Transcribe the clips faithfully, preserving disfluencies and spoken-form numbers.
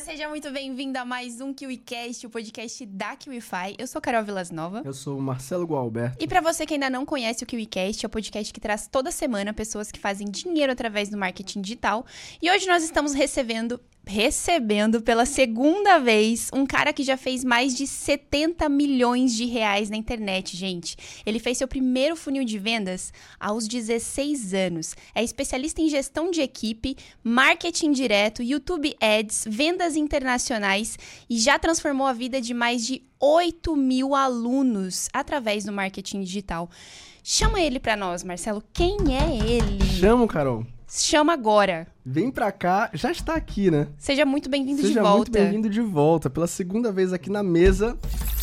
seja muito bem-vindo a mais um KiwiCast, o podcast da KiwiFi. Eu sou Carol Vilasnova. Eu sou o Marcelo Gualberto. E para você que ainda não conhece o KiwiCast, é o podcast que traz toda semana pessoas que fazem dinheiro através do marketing digital. E hoje nós estamos recebendo... recebendo pela segunda vez um cara que já fez mais de setenta milhões de reais na internet, gente. Ele fez seu primeiro funil de vendas aos dezesseis anos. É especialista em gestão de equipe, marketing direto, YouTube Ads, vendas internacionais e já transformou a vida de mais de oito mil alunos através do marketing digital. Chama ele pra nós, Marcelo. Quem é ele? Chamo, Carol. Chama agora. Vem pra cá, já está aqui, né? Seja muito bem-vindo de volta. Seja muito bem-vindo de volta, pela segunda vez aqui na mesa.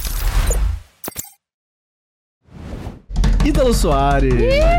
Ítalo Soares!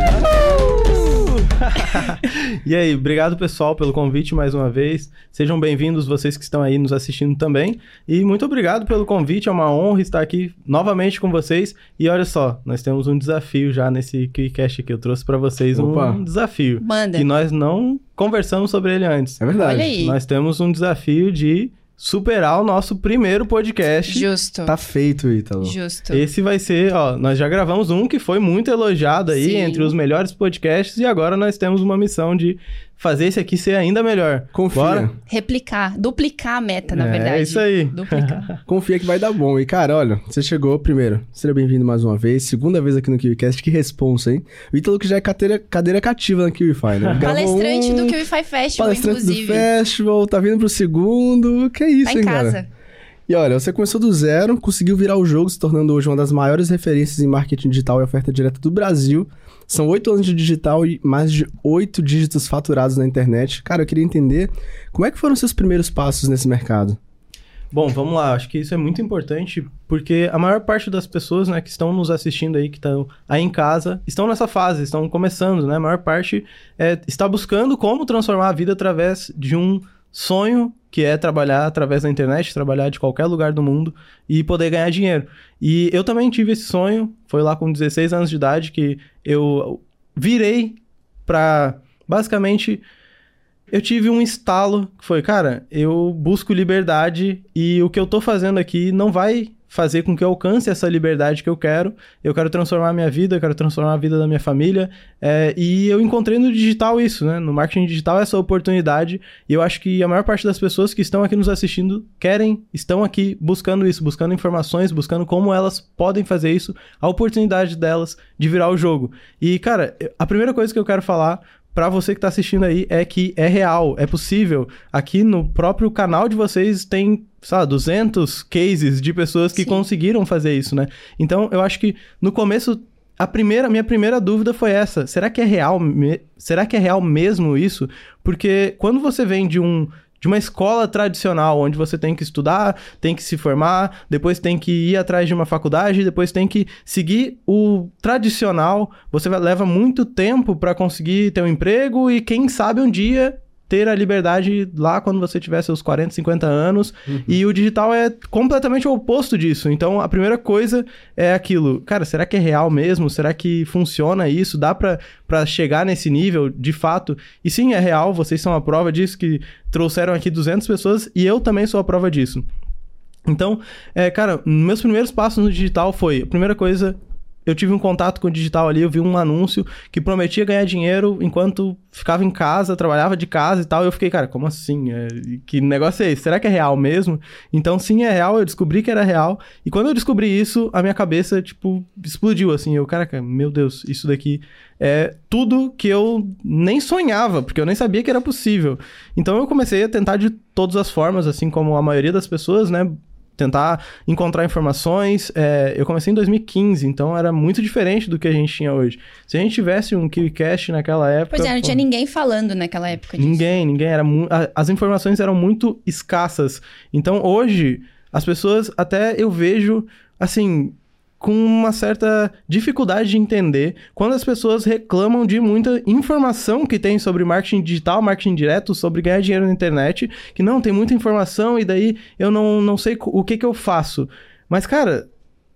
E aí, obrigado pessoal pelo convite mais uma vez. Sejam bem-vindos vocês que estão aí nos assistindo também. E muito obrigado pelo convite, é uma honra estar aqui novamente com vocês. E olha só, nós temos um desafio já nesse KiwiCast aqui. Eu trouxe para vocês Opa. um desafio. Manda. E nós não conversamos sobre ele antes. É verdade. Olha aí. Nós temos um desafio de superar o nosso primeiro podcast. Justo. Tá feito, Ítalo. Justo. Esse vai ser, ó, nós já gravamos um que foi muito elogiado aí, Sim. entre os melhores podcasts, e agora nós temos uma missão de fazer esse aqui ser ainda melhor. Confia. Bora? Replicar, duplicar a meta, na É, verdade. é isso aí. Duplicar. Confia que vai dar bom. E, cara, olha, você chegou primeiro. Seja bem-vindo mais uma vez. Segunda vez aqui no KiwiCast. Que responsa, hein? O Ítalo que já é cadeira, cadeira cativa na KiwiFi, né? Gravou Palestrante um, do KiwiFi Festival, Palestrante inclusive. do Festival, tá vindo pro segundo. Que isso, Tá em hein, casa. cara? E olha, você começou do zero, conseguiu virar o jogo, se tornando hoje uma das maiores referências em marketing digital e oferta direta do Brasil. São oito anos de digital e mais de oito dígitos faturados na internet. Cara, eu queria entender como é que foram seus primeiros passos nesse mercado? Bom, vamos lá. Acho que isso é muito importante, porque a maior parte das pessoas, né, que estão nos assistindo aí, que estão aí em casa, estão nessa fase, estão começando, né? A maior parte é, está buscando como transformar a vida através de um sonho, que é trabalhar através da internet, trabalhar de qualquer lugar do mundo e poder ganhar dinheiro. E eu também tive esse sonho, foi lá com dezesseis anos de idade que eu virei pra, basicamente, eu tive um estalo que foi, cara, eu busco liberdade e o que eu tô fazendo aqui não vai fazer com que eu alcance essa liberdade que eu quero. Eu quero transformar a minha vida, eu quero transformar a vida da minha família. É, e eu encontrei no digital isso, né? No marketing digital essa oportunidade. E eu acho que a maior parte das pessoas que estão aqui nos assistindo querem, estão aqui buscando isso, buscando informações, buscando como elas podem fazer isso, a oportunidade delas de virar o jogo. E, cara, a primeira coisa que eu quero falar pra você que tá assistindo aí é que é real, é possível. Aqui no próprio canal de vocês tem, sabe, duzentos cases de pessoas que Sim. conseguiram fazer isso, né? Então, eu acho que no começo, a primeira, minha primeira dúvida foi essa. Será que é real, me... será que é real mesmo isso? Porque quando você vem de um... de uma escola tradicional, onde você tem que estudar, tem que se formar, depois tem que ir atrás de uma faculdade, depois tem que seguir o tradicional, você vai, leva muito tempo para conseguir ter um emprego e quem sabe um dia ter a liberdade lá quando você tiver seus quarenta, cinquenta anos. Uhum. E o digital é completamente o oposto disso. Então, a primeira coisa é aquilo. Cara, será que é real mesmo? Será que funciona isso? Dá pra, pra chegar nesse nível, de fato? E sim, é real. Vocês são a prova disso, que trouxeram aqui duzentas pessoas e eu também sou a prova disso. Então, é, cara, meus primeiros passos no digital foi... A primeira coisa... Eu tive um contato com o digital ali, eu vi um anúncio que prometia ganhar dinheiro enquanto ficava em casa, trabalhava de casa e tal. E eu fiquei, cara, como assim? É, que negócio é esse? Será que é real mesmo? Então, sim, é real. Eu descobri que era real. E quando eu descobri isso, a minha cabeça, tipo, explodiu, assim. Eu, caraca, meu Deus, isso daqui é tudo que eu nem sonhava, porque eu nem sabia que era possível. Então, eu comecei a tentar de todas as formas, assim como a maioria das pessoas, né? Tentar encontrar informações. É, eu comecei em dois mil e quinze, então era muito diferente do que a gente tinha hoje. Se a gente tivesse um KiwiCast naquela época... Pois é, não pô, tinha ninguém falando naquela época disso. Ninguém, ninguém. Era mu- a, as informações eram muito escassas. Então, hoje, as pessoas, até eu vejo, assim... com uma certa dificuldade de entender quando as pessoas reclamam de muita informação que tem sobre marketing digital, marketing direto, sobre ganhar dinheiro na internet, que não, tem muita informação e daí eu não, não sei o que que eu faço. Mas, cara,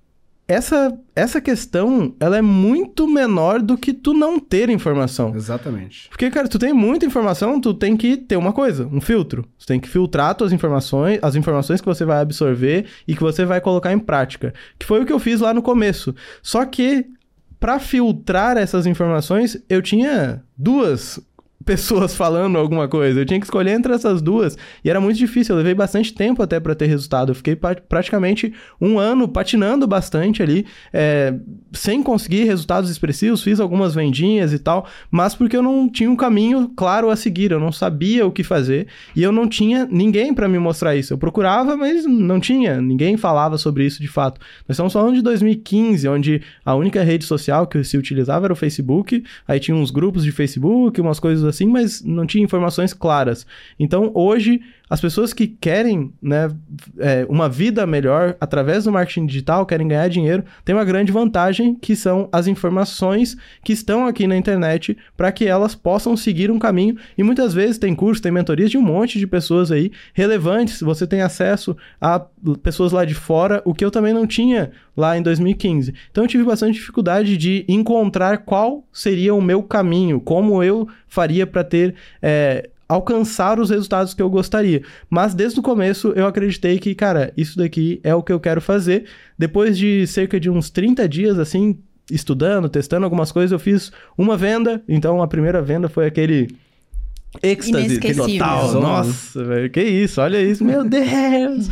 essa, essa questão, ela é muito menor do que tu não ter informação. Exatamente. Porque, cara, tu tem muita informação, tu tem que ter uma coisa, um filtro. Tu tem que filtrar tuas informações, as informações que você vai absorver e que você vai colocar em prática. Que foi o que eu fiz lá no começo. Só que, para filtrar essas informações, eu tinha duas pessoas falando alguma coisa. Eu tinha que escolher entre essas duas. E era muito difícil. Eu levei bastante tempo até pra ter resultado. Eu fiquei pa- praticamente um ano patinando bastante ali, é, sem conseguir resultados expressivos. Fiz algumas vendinhas e tal, mas porque eu não tinha um caminho claro a seguir. Eu não sabia o que fazer. E eu não tinha ninguém pra me mostrar isso. Eu procurava, mas não tinha. Ninguém falava sobre isso de fato. Nós estamos falando de dois mil e quinze, onde a única rede social que se utilizava era o Facebook. Aí tinha uns grupos de Facebook, umas coisas assim, assim, mas não tinha informações claras. Então, hoje, as pessoas que querem, né, é, uma vida melhor através do marketing digital, querem ganhar dinheiro, tem uma grande vantagem, que são as informações que estão aqui na internet para que elas possam seguir um caminho. E muitas vezes tem curso, tem mentorias de um monte de pessoas aí relevantes. Você tem acesso a pessoas lá de fora, o que eu também não tinha lá em dois mil e quinze. Então eu tive bastante dificuldade de encontrar qual seria o meu caminho, como eu faria para ter... É, alcançar os resultados que eu gostaria. Mas desde o começo eu acreditei que, cara, isso daqui é o que eu quero fazer. Depois de cerca de uns trinta dias, assim, estudando, testando algumas coisas, eu fiz uma venda. Então a primeira venda foi aquele... êxtase total. Nossa, velho, que isso, olha isso, meu Deus.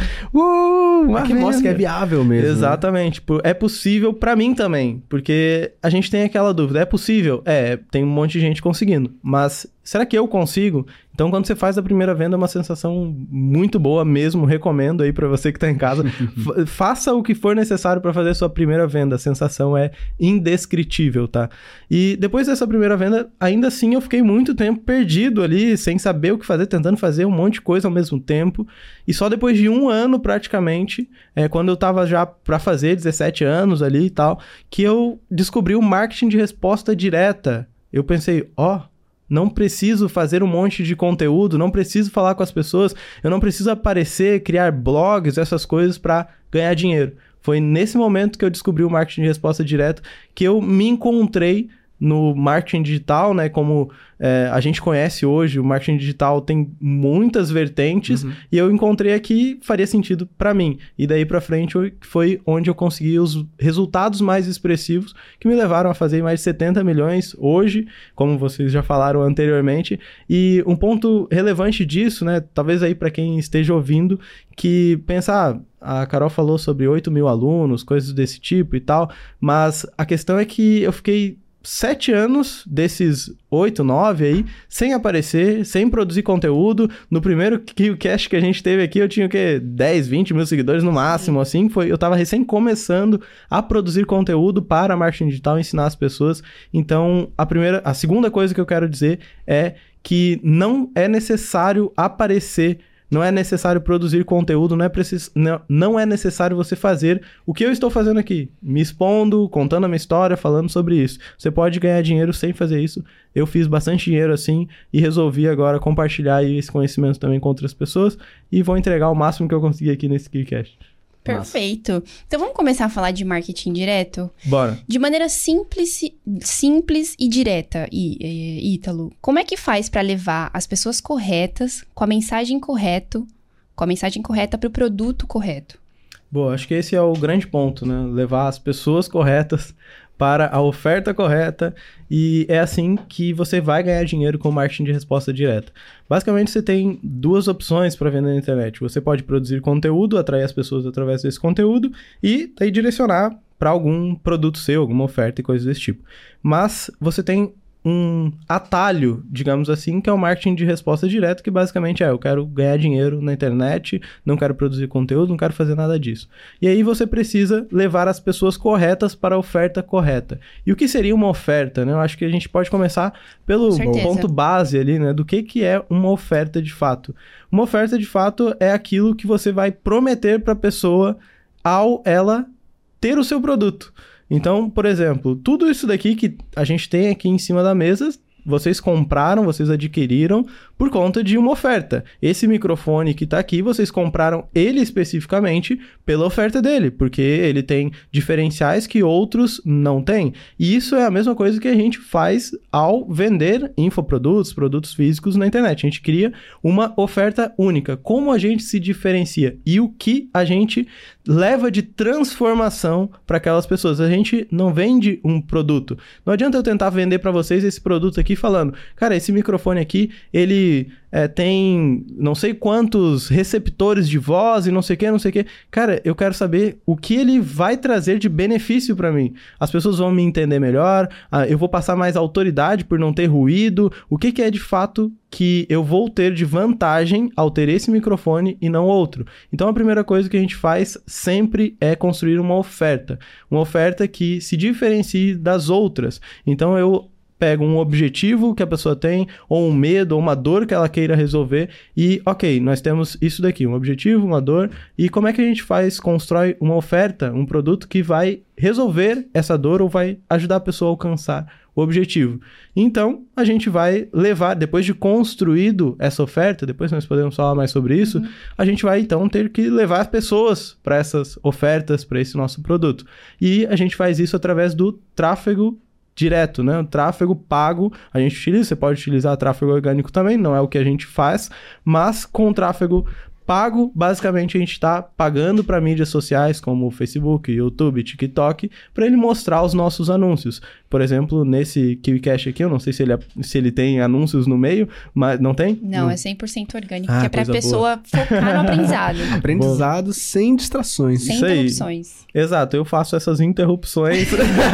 Uh, é que mostra que é viável mesmo. Exatamente, né? É possível pra mim também, porque a gente tem aquela dúvida, é possível? É, tem um monte de gente conseguindo, mas será que eu consigo? Então, quando você faz a primeira venda, é uma sensação muito boa mesmo. Recomendo aí pra você que tá em casa. F- faça o que for necessário pra fazer a sua primeira venda. A sensação é indescritível, tá? E depois dessa primeira venda, ainda assim, eu fiquei muito tempo perdido ali, sem saber o que fazer, tentando fazer um monte de coisa ao mesmo tempo. E só depois de um ano, praticamente, é, quando eu tava já pra fazer dezessete anos ali e tal, que eu descobri o marketing de resposta direta. Eu pensei, ó... Oh, não preciso fazer um monte de conteúdo, não preciso falar com as pessoas, eu não preciso aparecer, criar blogs, essas coisas para ganhar dinheiro. Foi nesse momento que eu descobri o marketing de resposta direta, que eu me encontrei no marketing digital, né? Como é, a gente conhece hoje, o marketing digital tem muitas vertentes, uhum. E eu encontrei aqui faria sentido para mim. E daí para frente foi onde eu consegui os resultados mais expressivos que me levaram a fazer mais de setenta milhões hoje, como vocês já falaram anteriormente. E um ponto relevante disso, né? Talvez aí para quem esteja ouvindo, que pensa, ah, a Carol falou sobre oito mil alunos, coisas desse tipo e tal, mas a questão é que eu fiquei sete anos desses oito, nove aí, sem aparecer, sem produzir conteúdo. No primeiro KillCast que a gente teve aqui, eu tinha o quê? dez, vinte mil seguidores no máximo, assim. Foi, eu tava recém começando a produzir conteúdo para marketing digital, ensinar as pessoas. Então, a primeira, a segunda coisa que eu quero dizer é que não é necessário aparecer, não é necessário produzir conteúdo, não é, precis... não, não é necessário você fazer o que eu estou fazendo aqui, me expondo, contando a minha história, falando sobre isso. Você pode ganhar dinheiro sem fazer isso. Eu fiz bastante dinheiro assim e resolvi agora compartilhar esse conhecimento também com outras pessoas e vou entregar o máximo que eu consegui aqui nesse KillCast. Perfeito. Nossa. Então vamos começar a falar de marketing direto? Bora. De maneira simples, simples e direta, e, Ítalo. Como é que faz para levar as pessoas corretas, com a mensagem correta, com a mensagem correta para o produto correto? Boa, acho que esse é o grande ponto, né? Levar as pessoas corretas para a oferta correta, e é assim que você vai ganhar dinheiro com marketing de resposta direta. Basicamente, você tem duas opções para vender na internet. Você pode produzir conteúdo, atrair as pessoas através desse conteúdo e daí direcionar para algum produto seu, alguma oferta e coisas desse tipo. Mas você tem um atalho, digamos assim, que é o marketing de resposta direta, que basicamente é, eu quero ganhar dinheiro na internet, não quero produzir conteúdo, não quero fazer nada disso. E aí você precisa levar as pessoas corretas para a oferta correta. E o que seria uma oferta, né? Eu acho que a gente pode começar pelo ponto base ali, né? Do que, que é uma oferta de fato. Uma oferta de fato é aquilo que você vai prometer para a pessoa ao ela ter o seu produto. Então, por exemplo, tudo isso daqui que a gente tem aqui em cima da mesa, vocês compraram, vocês adquiriram por conta de uma oferta. Esse microfone que tá aqui, vocês compraram ele especificamente pela oferta dele, porque ele tem diferenciais que outros não têm. E isso é a mesma coisa que a gente faz ao vender infoprodutos, produtos físicos na internet. A gente cria uma oferta única. Como a gente se diferencia e o que a gente leva de transformação para aquelas pessoas. A gente não vende um produto. Não adianta eu tentar vender para vocês esse produto aqui falando, cara, esse microfone aqui, ele é, tem não sei quantos receptores de voz e não sei o que, não sei o que. Cara, eu quero saber o que ele vai trazer de benefício para mim. As pessoas vão me entender melhor, eu vou passar mais autoridade por não ter ruído. O que, que é de fato que eu vou ter de vantagem ao ter esse microfone e não outro. Então a primeira coisa que a gente faz sempre é construir uma oferta. Uma oferta que se diferencie das outras. Então eu pego um objetivo que a pessoa tem, ou um medo, ou uma dor que ela queira resolver, e ok, nós temos isso daqui, um objetivo, uma dor, e como é que a gente faz, constrói uma oferta, um produto que vai resolver essa dor ou vai ajudar a pessoa a alcançar o objetivo. Então, a gente vai levar, depois de construído essa oferta, depois nós podemos falar mais sobre isso, uhum. a gente vai então ter que levar as pessoas para essas ofertas, para esse nosso produto. E a gente faz isso através do tráfego direto, né? O tráfego pago, a gente utiliza, você pode utilizar tráfego orgânico também, não é o que a gente faz, mas com o tráfego pago, basicamente a gente está pagando para mídias sociais como Facebook, YouTube, TikTok, para ele mostrar os nossos anúncios. Por exemplo, nesse KiwiCast aqui, eu não sei se ele, se ele tem anúncios no meio, mas não tem? Não, hum. é cem por cento orgânico, ah, que é para a pessoa boa. focar no aprendizado. Aprendizado boa. Sem distrações. Sem Isso interrupções. Aí. Exato, eu faço essas interrupções.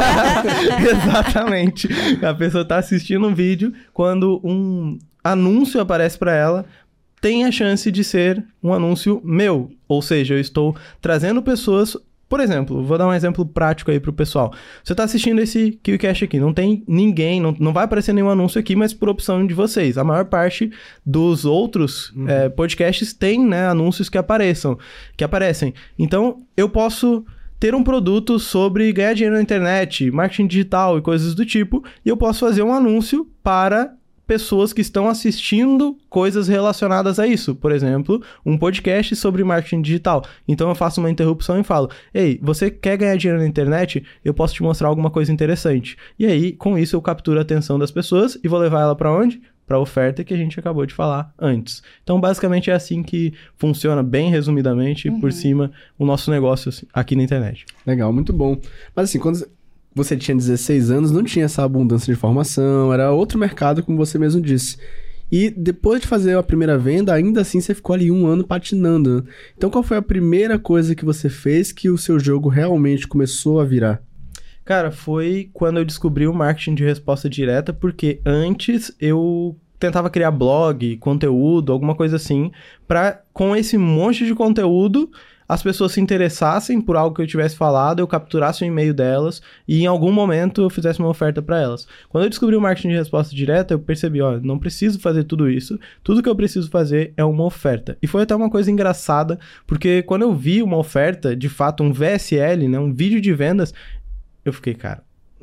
Exatamente. A pessoa está assistindo um vídeo, quando um anúncio aparece para ela, tem a chance de ser um anúncio meu. Ou seja, eu estou trazendo pessoas... Por exemplo, vou dar um exemplo prático aí pro pessoal. Você tá assistindo esse KiwiCast aqui, não tem ninguém, não, não vai aparecer nenhum anúncio aqui, mas por opção de vocês. A maior parte dos outros uhum. é, podcasts tem, né, anúncios que apareçam, que aparecem. Então, eu posso ter um produto sobre ganhar dinheiro na internet, marketing digital e coisas do tipo, e eu posso fazer um anúncio para pessoas que estão assistindo coisas relacionadas a isso. Por exemplo, um podcast sobre marketing digital. Então eu faço uma interrupção e falo, ei, você quer ganhar dinheiro na internet? Eu posso te mostrar alguma coisa interessante. E aí, com isso, eu capturo a atenção das pessoas e vou levar ela para onde? Para a oferta que a gente acabou de falar antes. Então, basicamente, é assim que funciona, bem resumidamente, uhum. por cima, o nosso negócio aqui na internet. Legal, muito bom. Mas assim, quando você tinha dezesseis anos, não tinha essa abundância de informação, era outro mercado, como você mesmo disse. E depois de fazer a primeira venda, ainda assim você ficou ali um ano patinando. Então qual foi a primeira coisa que você fez que o seu jogo realmente começou a virar? Cara, foi quando eu descobri o marketing de resposta direta, porque antes eu tentava criar blog, conteúdo, alguma coisa assim, para com esse monte de conteúdo as pessoas se interessassem por algo que eu tivesse falado, eu capturasse o e-mail delas e em algum momento eu fizesse uma oferta para elas. Quando eu descobri o marketing de resposta direta, eu percebi, ó, não preciso fazer tudo isso, tudo que eu preciso fazer é uma oferta. E foi até uma coisa engraçada, porque quando eu vi uma oferta, de fato, um V S L, né, um vídeo de vendas, eu fiquei, cara,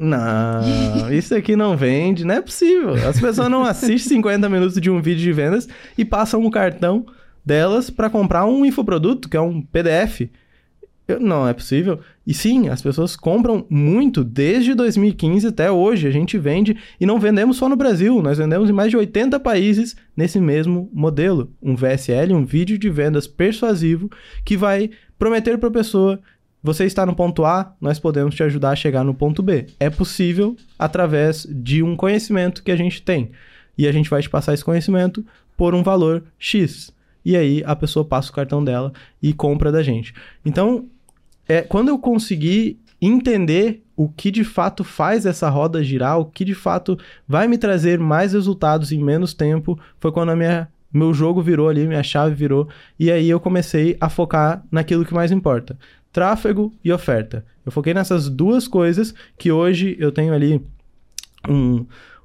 não, isso aqui não vende, não é possível. As pessoas não assistem cinquenta minutos de um vídeo de vendas e passam um cartão delas para comprar um infoproduto, que é um P D F. Eu, não é possível. E sim, as pessoas compram muito desde dois mil e quinze até hoje. A gente vende e não vendemos só no Brasil. Nós vendemos em mais de oitenta países nesse mesmo modelo. Um V S L, um vídeo de vendas persuasivo que vai prometer para a pessoa: você está no ponto A, nós podemos te ajudar a chegar no ponto B. É possível através de um conhecimento que a gente tem. E a gente vai te passar esse conhecimento por um valor X. E aí a pessoa passa o cartão dela e compra da gente. Então, é, quando eu consegui entender o que de fato faz essa roda girar, o que de fato vai me trazer mais resultados em menos tempo, foi quando a minha, meu jogo virou ali, minha chave virou. E aí eu comecei a focar naquilo que mais importa: tráfego e oferta. Eu foquei nessas duas coisas que hoje eu tenho ali um...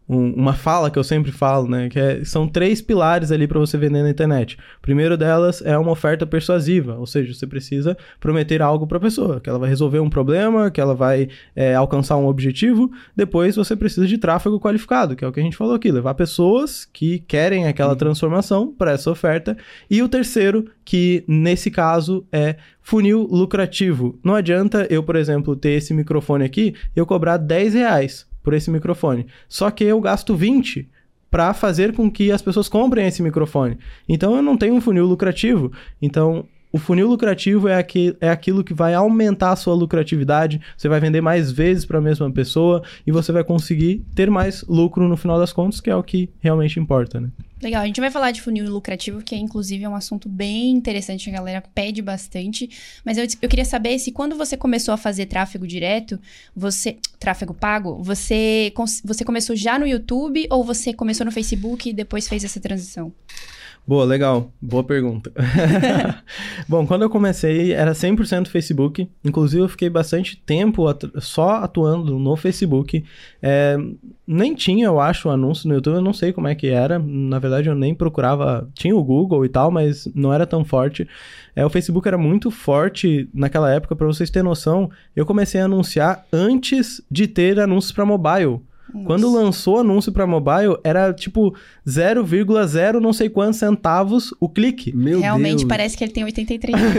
um, uma fala que eu sempre falo, né? Que é, são três pilares ali para você vender na internet. O primeiro delas é uma oferta persuasiva, ou seja, você precisa prometer algo para a pessoa, que ela vai resolver um problema, que ela vai é, alcançar um objetivo. Depois você precisa de tráfego qualificado, que é o que a gente falou aqui, levar pessoas que querem aquela transformação para essa oferta. E o terceiro, que nesse caso é funil lucrativo. Não adianta eu, por exemplo, ter esse microfone aqui e eu cobrar dez reais por esse microfone. Só que eu gasto vinte para fazer com que as pessoas comprem esse microfone. Então eu não tenho um funil lucrativo. Então o funil lucrativo é, aqui, é aquilo que vai aumentar a sua lucratividade, você vai vender mais vezes para a mesma pessoa e você vai conseguir ter mais lucro no final das contas, que é o que realmente importa, né? Legal, a gente vai falar de funil lucrativo, que inclusive é um assunto bem interessante, a galera pede bastante, mas eu, eu queria saber se quando você começou a fazer tráfego direto, você, tráfego pago, você, você começou já no YouTube ou você começou no Facebook e depois fez essa transição? Boa, legal. Boa pergunta. Bom, quando eu comecei, era cem por cento Facebook. Inclusive, eu fiquei bastante tempo atu- só atuando no Facebook. É, nem tinha, eu acho, anúncio no YouTube. Eu não sei como é que era. Na verdade, eu nem procurava... Tinha o Google e tal, mas não era tão forte. É, o Facebook era muito forte naquela época. Para vocês terem noção, eu comecei a anunciar antes de ter anúncios para mobile. Nossa. Quando lançou anúncio para mobile, era tipo zero vírgula zero não sei quantos centavos o clique. Meu Realmente Deus. Parece que ele tem oitenta e três anos.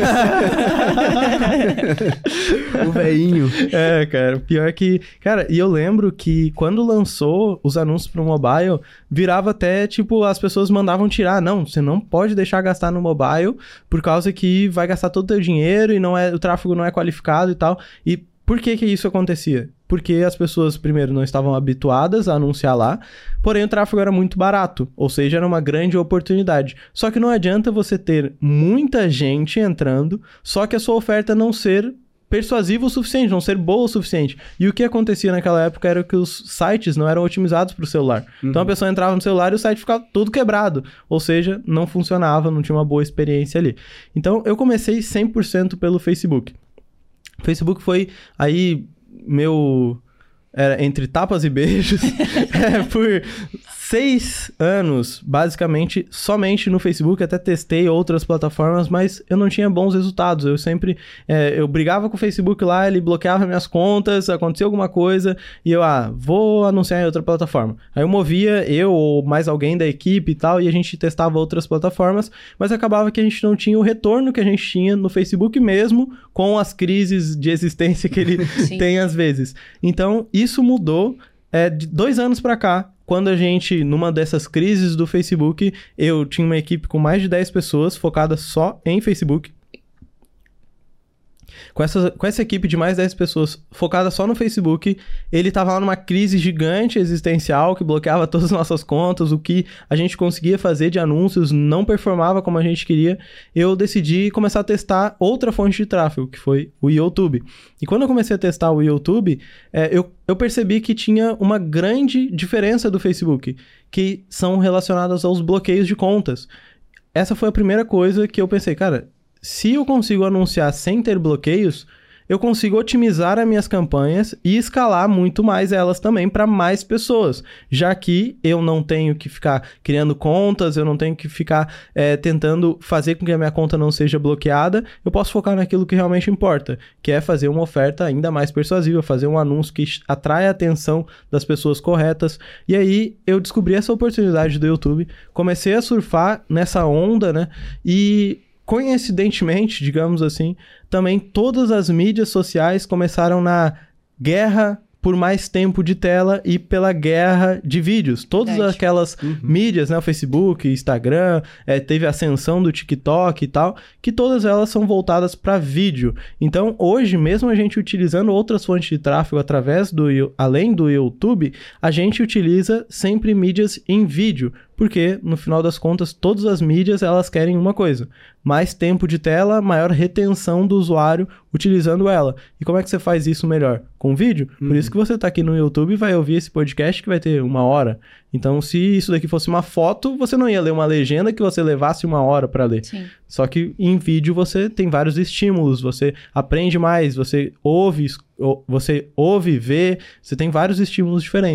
O velhinho. É, cara. Pior que... Cara, e eu lembro que quando lançou os anúncios pro mobile, virava até, tipo, as pessoas mandavam tirar. Não, você não pode deixar gastar no mobile por causa que vai gastar todo o teu dinheiro e não é, o tráfego não é qualificado e tal. E por que que isso acontecia? Porque as pessoas, primeiro, não estavam habituadas a anunciar lá, porém o tráfego era muito barato, ou seja, era uma grande oportunidade. Só que não adianta você ter muita gente entrando, só que a sua oferta não ser persuasiva o suficiente, não ser boa o suficiente. E o que acontecia naquela época era que os sites não eram otimizados para o celular. Uhum. Então a pessoa entrava no celular e o site ficava todo quebrado, ou seja, não funcionava, não tinha uma boa experiência ali. Então eu comecei cem por cento pelo Facebook. O Facebook foi aí... meu... Era entre tapas e beijos. é, por seis anos, basicamente, somente no Facebook. Até testei outras plataformas, mas eu não tinha bons resultados. Eu sempre... É, eu brigava com o Facebook lá, ele bloqueava minhas contas, acontecia alguma coisa, e eu, ah, vou anunciar em outra plataforma. Aí eu movia, eu ou mais alguém da equipe e tal, e a gente testava outras plataformas, mas acabava que a gente não tinha o retorno que a gente tinha no Facebook mesmo, com as crises de existência que ele tem às vezes. Então, isso mudou é, de dois anos pra cá, quando a gente, numa dessas crises do Facebook, eu tinha uma equipe com mais de dez pessoas focada só em Facebook. Com essa, com essa equipe de mais dez pessoas focada só no Facebook, ele estava lá numa crise gigante existencial que bloqueava todas as nossas contas, o que a gente conseguia fazer de anúncios não performava como a gente queria. Eu decidi começar a testar outra fonte de tráfego, que foi o YouTube. E quando eu comecei a testar o YouTube, é, eu, eu percebi que tinha uma grande diferença do Facebook, que são relacionadas aos bloqueios de contas. Essa foi a primeira coisa que eu pensei, cara... Se eu consigo anunciar sem ter bloqueios, eu consigo otimizar as minhas campanhas e escalar muito mais elas também para mais pessoas, já que eu não tenho que ficar criando contas, eu não tenho que ficar é, tentando fazer com que a minha conta não seja bloqueada, eu posso focar naquilo que realmente importa, que é fazer uma oferta ainda mais persuasiva, fazer um anúncio que atrai a atenção das pessoas corretas. E aí eu descobri essa oportunidade do YouTube, comecei a surfar nessa onda, né? E... coincidentemente, digamos assim, também todas as mídias sociais começaram na guerra por mais tempo de tela e pela guerra de vídeos. Todas Verdade. aquelas uhum. mídias, né? O Facebook, Instagram, é, teve a ascensão do TikTok e tal, que todas elas são voltadas para vídeo. Então, hoje, mesmo a gente utilizando outras fontes de tráfego através do, além do YouTube, a gente utiliza sempre mídias em vídeo. Porque, no final das contas, todas as mídias, elas querem uma coisa. Mais tempo de tela, maior retenção do usuário utilizando ela. E como é que você faz isso melhor? Com vídeo? Uhum. Por isso que você está aqui no YouTube e vai ouvir esse podcast que vai ter uma hora. Então, se isso daqui fosse uma foto, você não ia ler uma legenda que você levasse uma hora para ler. Sim. Só que em vídeo você tem vários estímulos, você aprende mais, você ouve, você ouve, vê, você tem vários estímulos diferentes.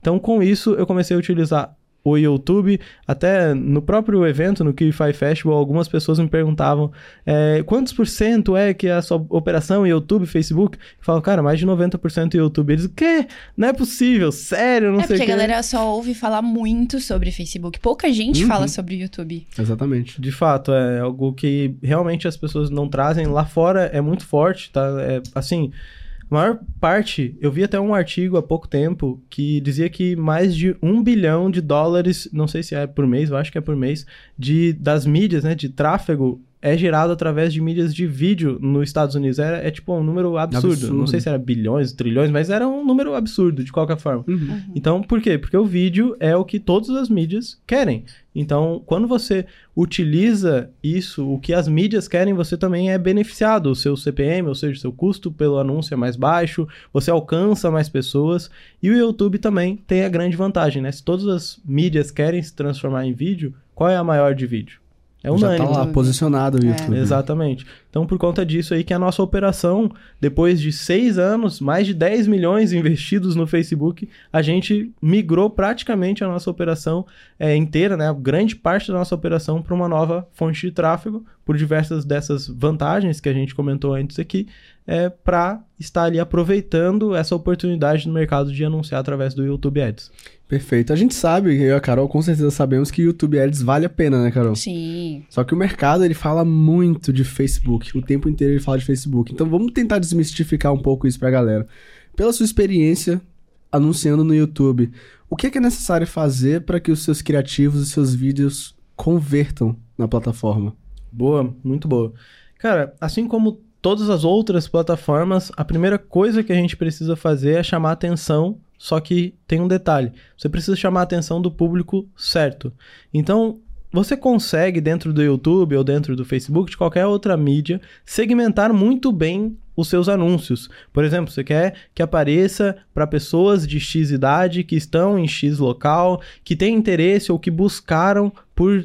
Então, com isso, eu comecei a utilizar o YouTube. Até no próprio evento, no Kiwify Festival, algumas pessoas me perguntavam é, quantos por cento é que é a sua operação YouTube, Facebook? Eu falo, cara, mais de noventa por cento YouTube. Eles, o quê? Não é possível, sério, não é sei o quê. É porque a galera só ouve falar muito sobre Facebook. Pouca gente uhum. fala sobre YouTube. Exatamente. De fato, é algo que realmente as pessoas não trazem. Lá fora é muito forte, tá? É, assim... A maior parte, eu vi até um artigo há pouco tempo que dizia que mais de um bilhão de dólares, não sei se é por mês, eu acho que é por mês, de, das mídias, né, de tráfego, é gerado através de mídias de vídeo nos Estados Unidos. É, é tipo um número absurdo. absurdo. Não sei se era bilhões, trilhões, mas era um número absurdo, de qualquer forma. Uhum. Uhum. Então, por quê? Porque o vídeo é o que todas as mídias querem. Então, quando você utiliza isso, o que as mídias querem, você também é beneficiado. O seu C P M, ou seja, o seu custo pelo anúncio é mais baixo, você alcança mais pessoas. E o YouTube também tem a grande vantagem, né? Se todas as mídias querem se transformar em vídeo, qual é a maior de vídeo? É unânime. Já tá lá posicionado o YouTube. É. Exatamente. Então, por conta disso aí que a nossa operação, depois de seis anos, mais de dez milhões investidos no Facebook, a gente migrou praticamente a nossa operação é, inteira, né? Grande parte da nossa operação para uma nova fonte de tráfego, por diversas dessas vantagens que a gente comentou antes aqui, é, para estar ali aproveitando essa oportunidade no mercado de anunciar através do YouTube Ads. Perfeito. A gente sabe, eu e a Carol com certeza sabemos que o YouTube Ads vale a pena, né, Carol? Sim. Só que o mercado, ele fala muito de Facebook. O tempo inteiro ele fala de Facebook. Então vamos tentar desmistificar um pouco isso pra galera. Pela sua experiência anunciando no YouTube, o que é, que é necessário fazer para que os seus criativos e seus vídeos convertam na plataforma? Boa, muito boa. Cara, assim como todas as outras plataformas, a primeira coisa que a gente precisa fazer é chamar atenção. Só que tem um detalhe, você precisa chamar a atenção do público certo. Então, você consegue dentro do YouTube ou dentro do Facebook, de qualquer outra mídia, segmentar muito bem os seus anúncios. Por exemplo, você quer que apareça para pessoas de X idade, que estão em X local, que têm interesse ou que buscaram por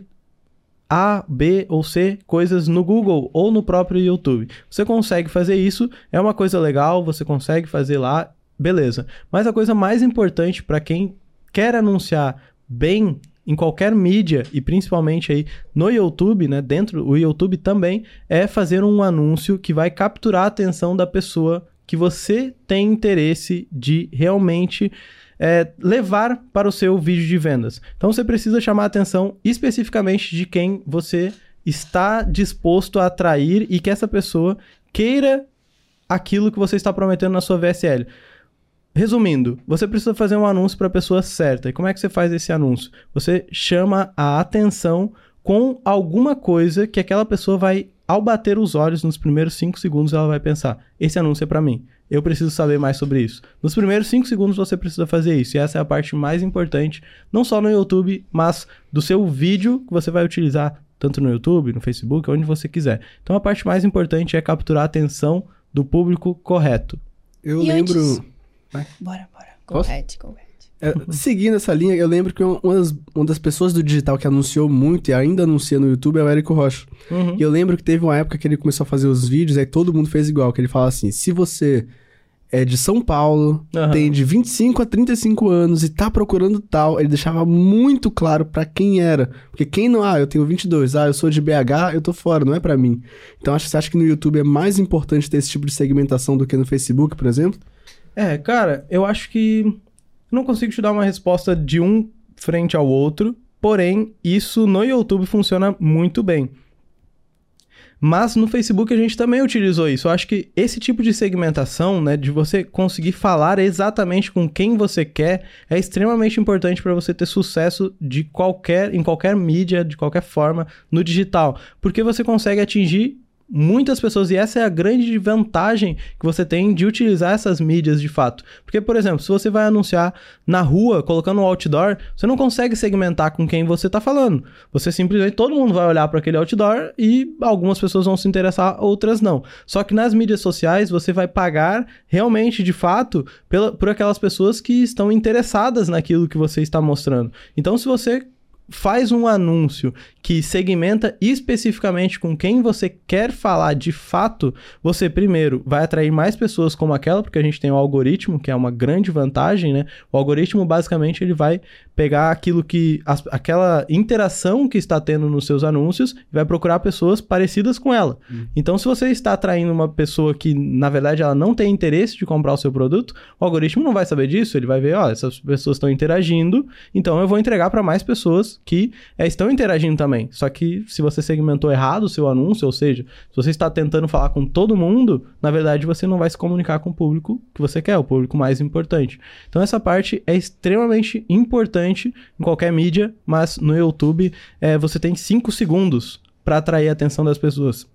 A, B ou C coisas no Google ou no próprio YouTube. Você consegue fazer isso, é uma coisa legal, você consegue fazer lá. Beleza, mas a coisa mais importante para quem quer anunciar bem em qualquer mídia e principalmente aí no YouTube, né, dentro do YouTube também, é fazer um anúncio que vai capturar a atenção da pessoa que você tem interesse de realmente é, levar para o seu vídeo de vendas. Então você precisa chamar a atenção especificamente de quem você está disposto a atrair e que essa pessoa queira aquilo que você está prometendo na sua V S L. Resumindo, você precisa fazer um anúncio para a pessoa certa. E como é que você faz esse anúncio? Você chama a atenção com alguma coisa que aquela pessoa vai, ao bater os olhos nos primeiros cinco segundos, ela vai pensar, esse anúncio é para mim, eu preciso saber mais sobre isso. Nos primeiros cinco segundos você precisa fazer isso. E essa é a parte mais importante, não só no YouTube, mas do seu vídeo que você vai utilizar tanto no YouTube, no Facebook, onde você quiser. Então a parte mais importante é capturar a atenção do público correto. Eu e lembro... Antes... Bora, bora. Go ahead, go ahead. É, seguindo essa linha, eu lembro que uma das, uma das pessoas do digital que anunciou muito e ainda anuncia no YouTube é o Érico Rocha. Uhum. E eu lembro que teve uma época que ele começou a fazer os vídeos, aí todo mundo fez igual, que ele fala assim, se você é de São Paulo, uhum. tem de vinte e cinco a trinta e cinco anos e tá procurando tal, ele deixava muito claro pra quem era. Porque quem não, ah, eu tenho vinte e dois, ah, eu sou de B H, eu tô fora, não é pra mim. Então acho, você acha que no YouTube é mais importante ter esse tipo de segmentação do que no Facebook, por exemplo? É, cara, eu acho que eu não consigo te dar uma resposta de um frente ao outro, porém, isso no YouTube funciona muito bem. Mas no Facebook a gente também utilizou isso. Eu acho que esse tipo de segmentação, né, de você conseguir falar exatamente com quem você quer, é extremamente importante para você ter sucesso de qualquer, em qualquer mídia, de qualquer forma, no digital. Porque você consegue atingir muitas pessoas, e essa é a grande vantagem que você tem de utilizar essas mídias de fato. Porque, por exemplo, se você vai anunciar na rua, colocando um outdoor, você não consegue segmentar com quem você está falando. Você simplesmente, todo mundo vai olhar para aquele outdoor e algumas pessoas vão se interessar, outras não. Só que nas mídias sociais, você vai pagar realmente, de fato, pela, por aquelas pessoas que estão interessadas naquilo que você está mostrando. Então, se você faz um anúncio que segmenta especificamente com quem você quer falar de fato, você primeiro vai atrair mais pessoas como aquela, porque a gente tem o algoritmo, que é uma grande vantagem, né? O algoritmo, basicamente, ele vai pegar aquilo que... As, aquela interação que está tendo nos seus anúncios e vai procurar pessoas parecidas com ela. Hum. Então, se você está atraindo uma pessoa que, na verdade, ela não tem interesse de comprar o seu produto, o algoritmo não vai saber disso, ele vai ver, ó, essas pessoas estão interagindo, então eu vou entregar para mais pessoas que é, estão interagindo também. Só que se você segmentou errado o seu anúncio, ou seja, se você está tentando falar com todo mundo, na verdade você não vai se comunicar com o público que você quer, o público mais importante. Então essa parte é extremamente importante em qualquer mídia, mas no YouTube é, você tem cinco segundos para atrair a atenção das pessoas.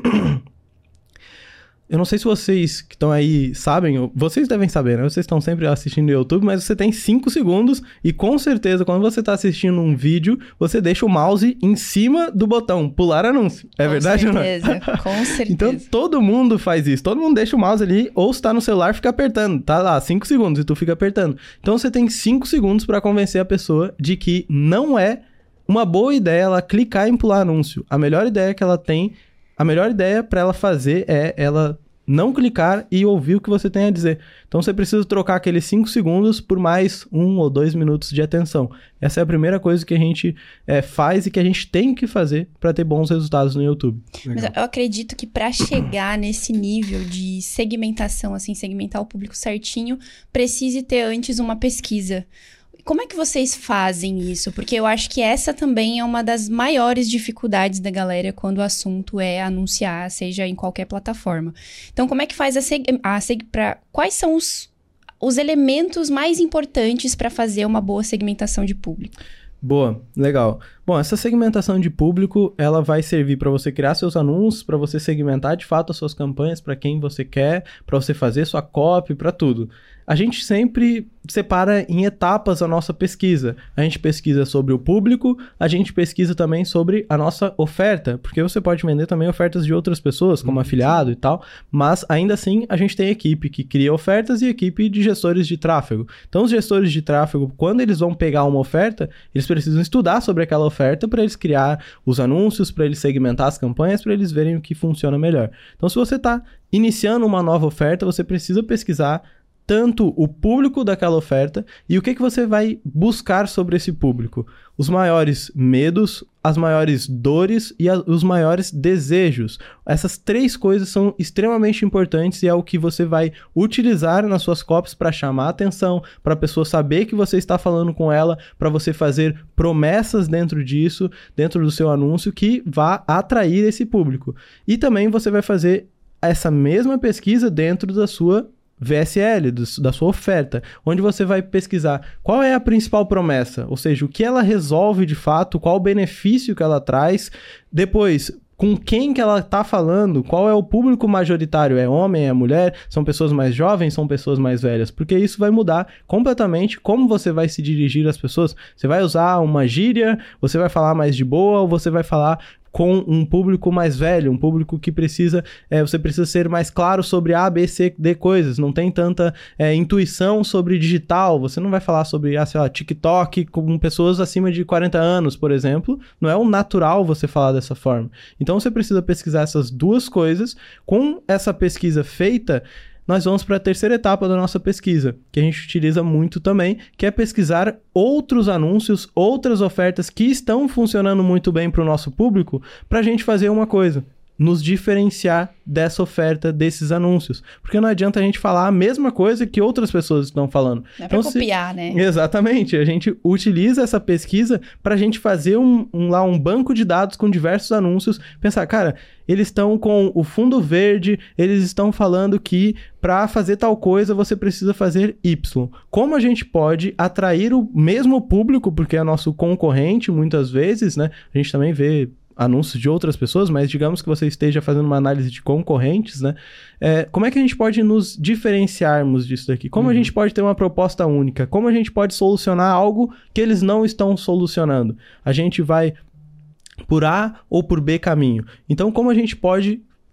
Eu não sei se vocês que estão aí sabem, vocês devem saber, né? Vocês estão sempre assistindo no YouTube, mas você tem cinco segundos e com certeza quando você está assistindo um vídeo, você deixa o mouse em cima do botão pular anúncio. É com verdade certeza, ou não? Com certeza. Então todo mundo faz isso, todo mundo deixa o mouse ali ou se tá no celular fica apertando, tá lá cinco segundos e tu fica apertando. Então você tem cinco segundos para convencer a pessoa de que não é uma boa ideia ela clicar em pular anúncio. A melhor ideia que ela tem A melhor ideia para ela fazer é ela não clicar e ouvir o que você tem a dizer. Então você precisa trocar aqueles cinco segundos por mais um ou dois minutos de atenção. Essa é a primeira coisa que a gente é, faz e que a gente tem que fazer para ter bons resultados no YouTube. Mas eu acredito que para chegar nesse nível de segmentação, assim, segmentar o público certinho, precise ter antes uma pesquisa. Como é que vocês fazem isso? Porque eu acho que essa também é uma das maiores dificuldades da galera quando o assunto é anunciar, seja em qualquer plataforma. Então, como é que faz a, seg a seg pra... Quais são os, os elementos mais importantes para fazer uma boa segmentação de público? Boa, legal. Bom, essa segmentação de público, ela vai servir para você criar seus anúncios, para você segmentar de fato as suas campanhas, para quem você quer, para você fazer sua copy, para tudo. A gente sempre separa em etapas a nossa pesquisa. A gente pesquisa sobre o público, a gente pesquisa também sobre a nossa oferta, porque você pode vender também ofertas de outras pessoas, como uhum. afiliado e tal, mas ainda assim a gente tem equipe que cria ofertas e equipe de gestores de tráfego. Então os gestores de tráfego, quando eles vão pegar uma oferta, eles precisam estudar sobre aquela oferta para eles criar os anúncios, para eles segmentar as campanhas, para eles verem o que funciona melhor. Então se você está iniciando uma nova oferta, você precisa pesquisar tanto o público daquela oferta e o que, que você vai buscar sobre esse público. Os maiores medos, as maiores dores e a, os maiores desejos. Essas três coisas são extremamente importantes e é o que você vai utilizar nas suas copies para chamar a atenção, para a pessoa saber que você está falando com ela, para você fazer promessas dentro disso, dentro do seu anúncio, que vá atrair esse público. E também você vai fazer essa mesma pesquisa dentro da sua V S L, do, da sua oferta, onde você vai pesquisar qual é a principal promessa, ou seja, o que ela resolve de fato, qual o benefício que ela traz, depois com quem que ela está falando, qual é o público majoritário, é homem, é mulher, são pessoas mais jovens, são pessoas mais velhas, porque isso vai mudar completamente como você vai se dirigir às pessoas. Você vai usar uma gíria, você vai falar mais de boa ou você vai falar com um público mais velho, um público que precisa, é, você precisa ser mais claro sobre A, B, C, D coisas, não tem tanta é, intuição sobre digital, você não vai falar sobre, ah, sei lá, TikTok com pessoas acima de quarenta anos, por exemplo, não é o natural você falar dessa forma. Então você precisa pesquisar essas duas coisas. Com essa pesquisa feita, nós vamos para a terceira etapa da nossa pesquisa, que a gente utiliza muito também, que é pesquisar outros anúncios, outras ofertas que estão funcionando muito bem para o nosso público, para a gente fazer uma coisa, nos diferenciar dessa oferta, desses anúncios. Porque não adianta a gente falar a mesma coisa que outras pessoas estão falando. Não é então, para copiar, se... né? Exatamente. A gente utiliza essa pesquisa para a gente fazer um, um, lá, um banco de dados com diversos anúncios. Pensar, cara, eles estão com o fundo verde, eles estão falando que para fazer tal coisa você precisa fazer Y. Como a gente pode atrair o mesmo público, porque é nosso concorrente muitas vezes, né? A gente também vê anúncios de outras pessoas, mas digamos que você esteja fazendo uma análise de concorrentes, né? É, como é que a gente pode nos diferenciarmos disso daqui? Como uhum. a gente pode ter uma proposta única? Como a gente pode solucionar algo que eles não estão solucionando? A gente vai por A ou por B caminho? Então, como a gente pode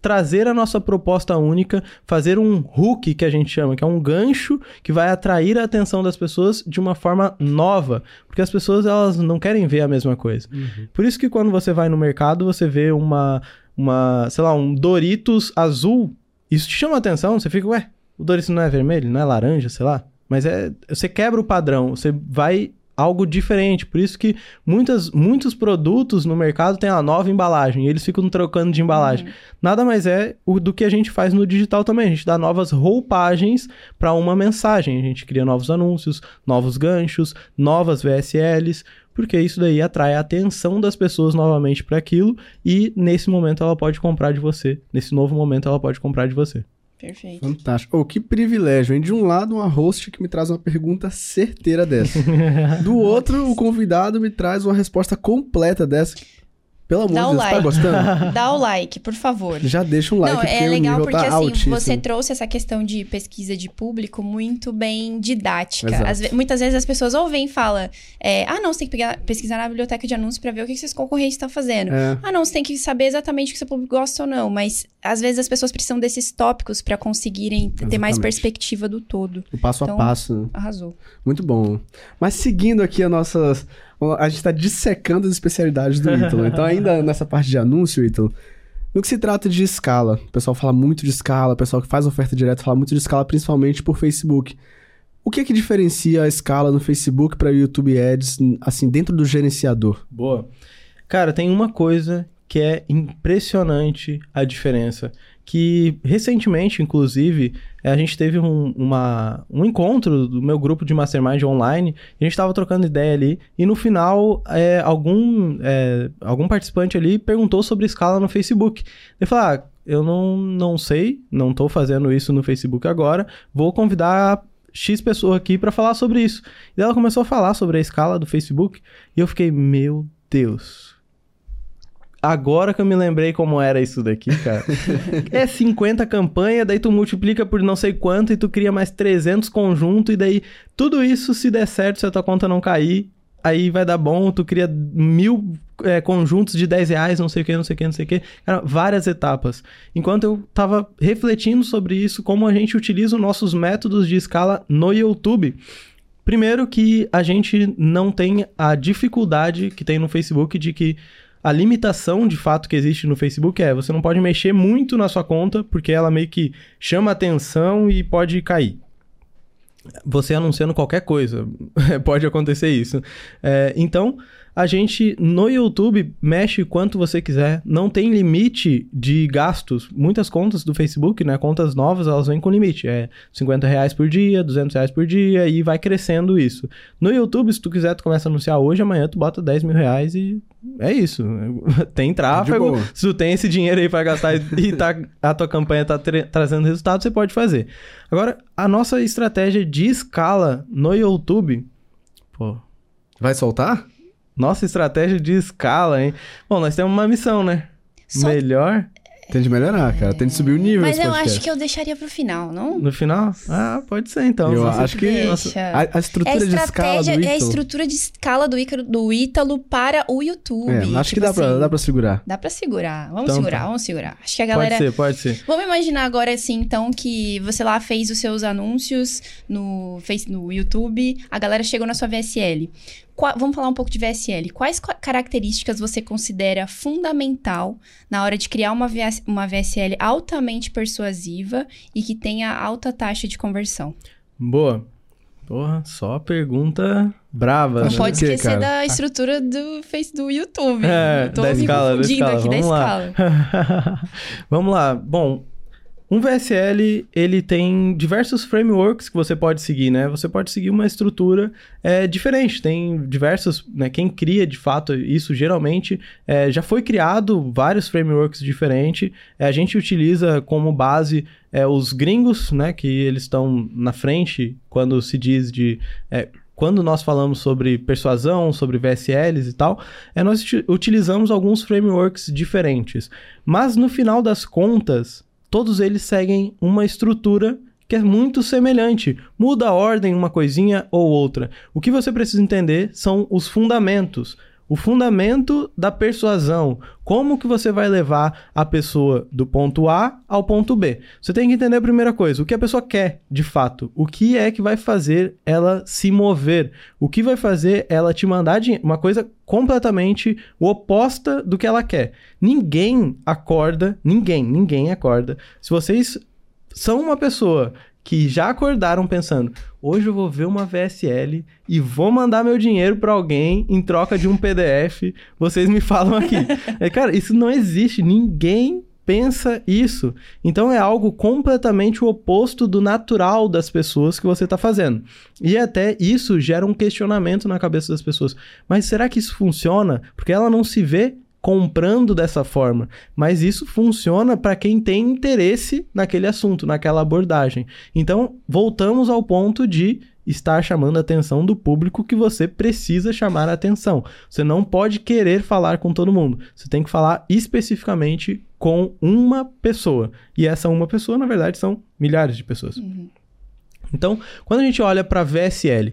trazer a nossa proposta única, fazer um hook, que a gente chama, que é um gancho que vai atrair a atenção das pessoas de uma forma nova, porque as pessoas, elas não querem ver a mesma coisa. Uhum. Por isso que quando você vai no mercado, você vê uma, uma, sei lá, um Doritos azul, isso te chama a atenção, você fica, ué, o Doritos não é vermelho, não é laranja, sei lá, mas é, você quebra o padrão, você vai... algo diferente, por isso que muitas, muitos produtos no mercado têm a nova embalagem, e eles ficam trocando de embalagem. Uhum. Nada mais é o, do que a gente faz no digital também, a gente dá novas roupagens para uma mensagem, a gente cria novos anúncios, novos ganchos, novas V S Ls, porque isso daí atrai a atenção das pessoas novamente para aquilo, e nesse momento ela pode comprar de você, nesse novo momento ela pode comprar de você. Perfeito. Fantástico. Oh, que privilégio, hein? De um lado, uma host que me traz uma pergunta certeira dessa. Do outro, o convidado me traz uma resposta completa dessa. Pelo amor de Deus, like. Tá gostando? Dá o like, por favor. Já deixa um like, Não, porque é legal o nível porque, tá assim, altíssimo. Você trouxe essa questão de pesquisa de público muito bem didática. Às ve- muitas vezes as pessoas ou vêm e falam, é, ah, não, você tem que pegar, pesquisar na biblioteca de anúncios pra ver o que, que seus concorrentes estão fazendo. É. Ah, não, você tem que saber exatamente o que seu público gosta ou não. Mas, às vezes, as pessoas precisam desses tópicos pra conseguirem exatamente. Ter mais perspectiva do todo. O passo então, a passo. Arrasou. Muito bom. Mas seguindo aqui a nossa... A gente tá dissecando as especialidades do Ítalo. Então, ainda nessa parte de anúncio, Ítalo, no que se trata de escala, o pessoal fala muito de escala, o pessoal que faz oferta direta fala muito de escala, principalmente por Facebook. O que é que diferencia a escala no Facebook para YouTube Ads, assim, dentro do gerenciador? Boa. Cara, tem uma coisa que é impressionante a diferença. Que recentemente, inclusive, a gente teve um, uma, um encontro do meu grupo de Mastermind online, e a gente estava trocando ideia ali, e no final, é, algum, é, algum participante ali perguntou sobre escala no Facebook. Ele falou, ah, eu não, não sei, não estou fazendo isso no Facebook agora, vou convidar X pessoa aqui para falar sobre isso. E ela começou a falar sobre a escala do Facebook, e eu fiquei, meu Deus... Agora que eu me lembrei como era isso daqui, cara. É cinquenta campanhas, daí tu multiplica por não sei quanto e tu cria mais trezentos conjuntos e daí tudo isso, se der certo, se a tua conta não cair, aí vai dar bom, tu cria mil é, conjuntos de dez reais, não sei o que, não sei o que, não sei o que. Cara, várias etapas. Enquanto eu tava refletindo sobre isso, como a gente utiliza os nossos métodos de escala no YouTube. Primeiro que a gente não tem a dificuldade que tem no Facebook de que a limitação de fato que existe no Facebook é você não pode mexer muito na sua conta porque ela meio que chama atenção e pode cair. Você anunciando qualquer coisa, pode acontecer isso. É, então, a gente no YouTube mexe quanto você quiser, não tem limite de gastos. Muitas contas do Facebook, né, contas novas, elas vêm com limite. É cinquenta reais por dia, duzentos reais por dia e vai crescendo isso. No YouTube, se tu quiser, tu começa a anunciar hoje, amanhã tu bota dez mil reais e é isso. Tem tráfego, se tu tem esse dinheiro aí pra gastar e tá, a tua campanha tá tra- trazendo resultado, você pode fazer. Agora, a nossa estratégia de escala no YouTube... Pô... Vai soltar? Nossa estratégia de escala, hein? Bom, nós temos uma missão, né? Só... Melhor... Tem de melhorar, cara. Tem de subir o nível. Mas eu acho que eu deixaria pro final, não? No final? Ah, pode ser então. Eu acho que nossa, a, a estrutura é a de escala do Ítalo... É a estrutura de escala do, Ícaro, do Ítalo para o YouTube. É, acho tipo que dá, assim, pra, dá pra segurar. Dá pra segurar. Vamos então, segurar, tá. vamos segurar. Acho que a galera... Pode ser, pode ser. Vamos imaginar agora, assim, então, que você lá fez os seus anúncios no, fez no YouTube, a galera chegou na sua V S L. Qua, vamos falar um pouco de V S L. Quais características você considera fundamental na hora de criar uma, uma V S L altamente persuasiva e que tenha alta taxa de conversão? Boa. Porra, só pergunta brava. Não né? pode esquecer que, da estrutura do, face, do YouTube. É, Tô da me escala, da confundindo escala. aqui Vamos da lá. escala. Vamos lá. Bom... Um V S L, ele tem diversos frameworks que você pode seguir, né? Você pode seguir uma estrutura é, diferente. Tem diversos, né? Quem cria, de fato, isso geralmente é, já foi criado vários frameworks diferentes. É, a gente utiliza como base é, os gringos, né? Que eles estão na frente quando se diz de... É, quando nós falamos sobre persuasão, sobre V S Ls e tal, é, nós utilizamos alguns frameworks diferentes. Mas no final das contas... Todos eles seguem uma estrutura que é muito semelhante. Muda a ordem uma coisinha ou outra. O que você precisa entender são os fundamentos. O fundamento da persuasão. Como que você vai levar a pessoa do ponto A ao ponto B? Você tem que entender a primeira coisa. O que a pessoa quer, de fato. O que é que vai fazer ela se mover? O que vai fazer ela te mandar dinheiro? Uma coisa completamente oposta do que ela quer. Ninguém acorda, ninguém, ninguém acorda. Se vocês são uma pessoa que já acordaram pensando, hoje eu vou ver uma V S L e vou mandar meu dinheiro para alguém em troca de um P D F, vocês me falam aqui. É, cara, isso não existe, ninguém pensa isso. Então é algo completamente o oposto do natural das pessoas que você está fazendo. E até isso gera um questionamento na cabeça das pessoas. Mas será que isso funciona? Porque ela não se vê comprando dessa forma, mas isso funciona para quem tem interesse naquele assunto, naquela abordagem. Então, voltamos ao ponto de estar chamando a atenção do público que você precisa chamar a atenção. Você não pode querer falar com todo mundo, você tem que falar especificamente com uma pessoa, e essa uma pessoa, na verdade, são milhares de pessoas. Uhum. Então, quando a gente olha para V S L,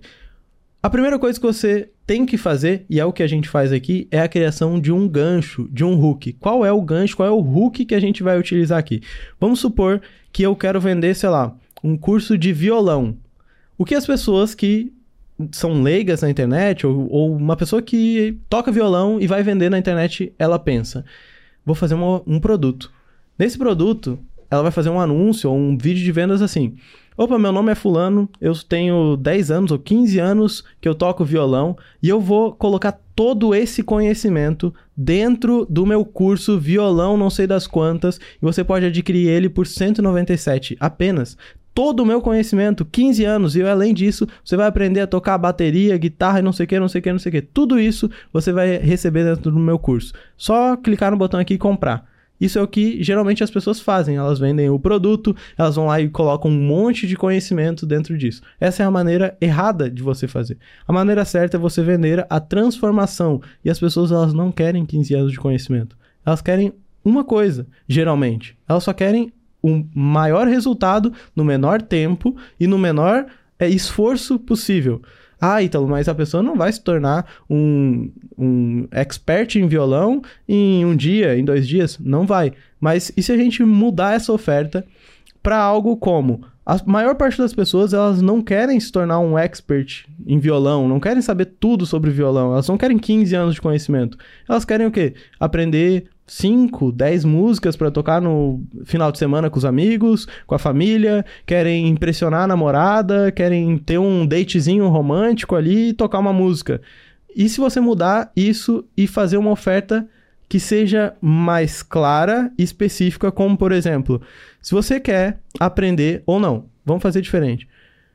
a primeira coisa que você tem que fazer, e é o que a gente faz aqui, é a criação de um gancho, de um hook. Qual é o gancho, qual é o hook que a gente vai utilizar aqui? Vamos supor que eu quero vender, sei lá, um curso de violão. O que as pessoas que são leigas na internet, ou, ou uma pessoa que toca violão e vai vender na internet, ela pensa, vou fazer uma, um produto. Nesse produto, ela vai fazer um anúncio ou um vídeo de vendas assim. Opa, meu nome é fulano, eu tenho dez anos ou quinze anos que eu toco violão e eu vou colocar todo esse conhecimento dentro do meu curso Violão Não Sei Das Quantas e você pode adquirir ele por cento e noventa e sete reais apenas. Todo o meu conhecimento, quinze anos, e além disso, você vai aprender a tocar bateria, guitarra e não sei o que, não sei o que, não sei o que. Tudo isso você vai receber dentro do meu curso. Só clicar no botão aqui e comprar. Isso é o que geralmente as pessoas fazem. Elas vendem o produto, elas vão lá e colocam um monte de conhecimento dentro disso. Essa é a maneira errada de você fazer. A maneira certa é você vender a transformação. E as pessoas, elas não querem quinze anos de conhecimento. Elas querem uma coisa, geralmente. Elas só querem um maior resultado no menor tempo e no menor é, esforço possível. Ah, Ítalo, mas a pessoa não vai se tornar um, um expert em violão em um dia, em dois dias? Não vai. Mas e se a gente mudar essa oferta para algo como... A maior parte das pessoas, elas não querem se tornar um expert em violão, não querem saber tudo sobre violão, elas não querem quinze anos de conhecimento. Elas querem o quê? Aprender cinco, dez músicas para tocar no final de semana com os amigos, com a família, querem impressionar a namorada, querem ter um datezinho romântico ali e tocar uma música. E se você mudar isso e fazer uma oferta que seja mais clara e específica, como por exemplo, se você quer aprender, ou não, vamos fazer diferente.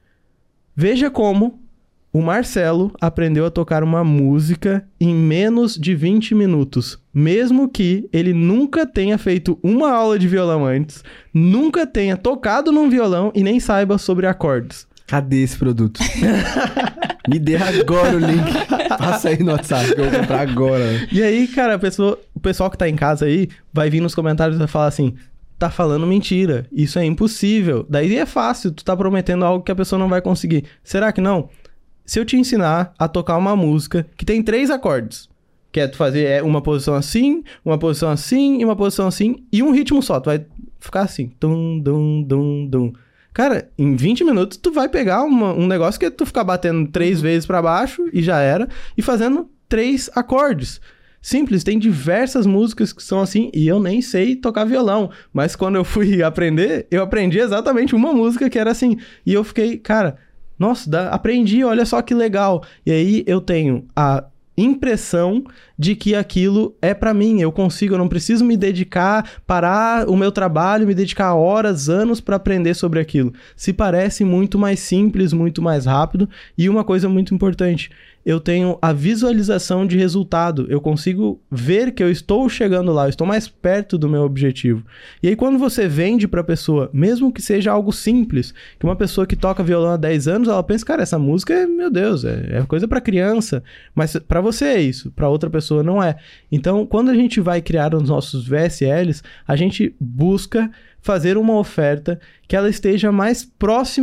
Veja como o Marcelo aprendeu a tocar uma música em menos de vinte minutos, mesmo que ele nunca tenha feito uma aula de violão antes, nunca tenha tocado num violão e nem saiba sobre acordes. Cadê esse produto? Me dê agora o link. Passa aí no WhatsApp que eu vou comprar agora. E aí, cara, a pessoa, o pessoal que tá em casa aí vai vir nos comentários e vai falar assim... Tá falando mentira, isso é impossível. Daí é fácil, tu tá prometendo algo que a pessoa não vai conseguir. Será que não? Se eu te ensinar a tocar uma música que tem três acordes, que é tu fazer uma posição assim, uma posição assim e uma posição assim, e um ritmo só, tu vai ficar assim, dum, dum, dum, dum. Cara, em vinte minutos tu vai pegar uma, um negócio que é tu ficar batendo três vezes pra baixo e já era, e fazendo três acordes. Simples, tem diversas músicas que são assim, e eu nem sei tocar violão, mas quando eu fui aprender, eu aprendi exatamente uma música que era assim, e eu fiquei, cara, nossa, dá, aprendi, olha só que legal, e aí eu tenho a impressão de que aquilo é pra mim, eu consigo, eu não preciso me dedicar, parar o meu trabalho, me dedicar horas, anos pra aprender sobre aquilo. Se parece muito mais simples, muito mais rápido, e uma coisa muito importante, eu tenho a visualização de resultado, eu consigo ver que eu estou chegando lá, eu estou mais perto do meu objetivo. E aí quando você vende pra pessoa, mesmo que seja algo simples, que uma pessoa que toca violão há dez anos, ela pensa, cara, essa música é, meu Deus, é, é coisa pra criança, mas pra você é isso, pra outra pessoa não é. Então, quando a gente vai criar os nossos V S Ls, a gente busca fazer uma oferta que ela esteja mais próxima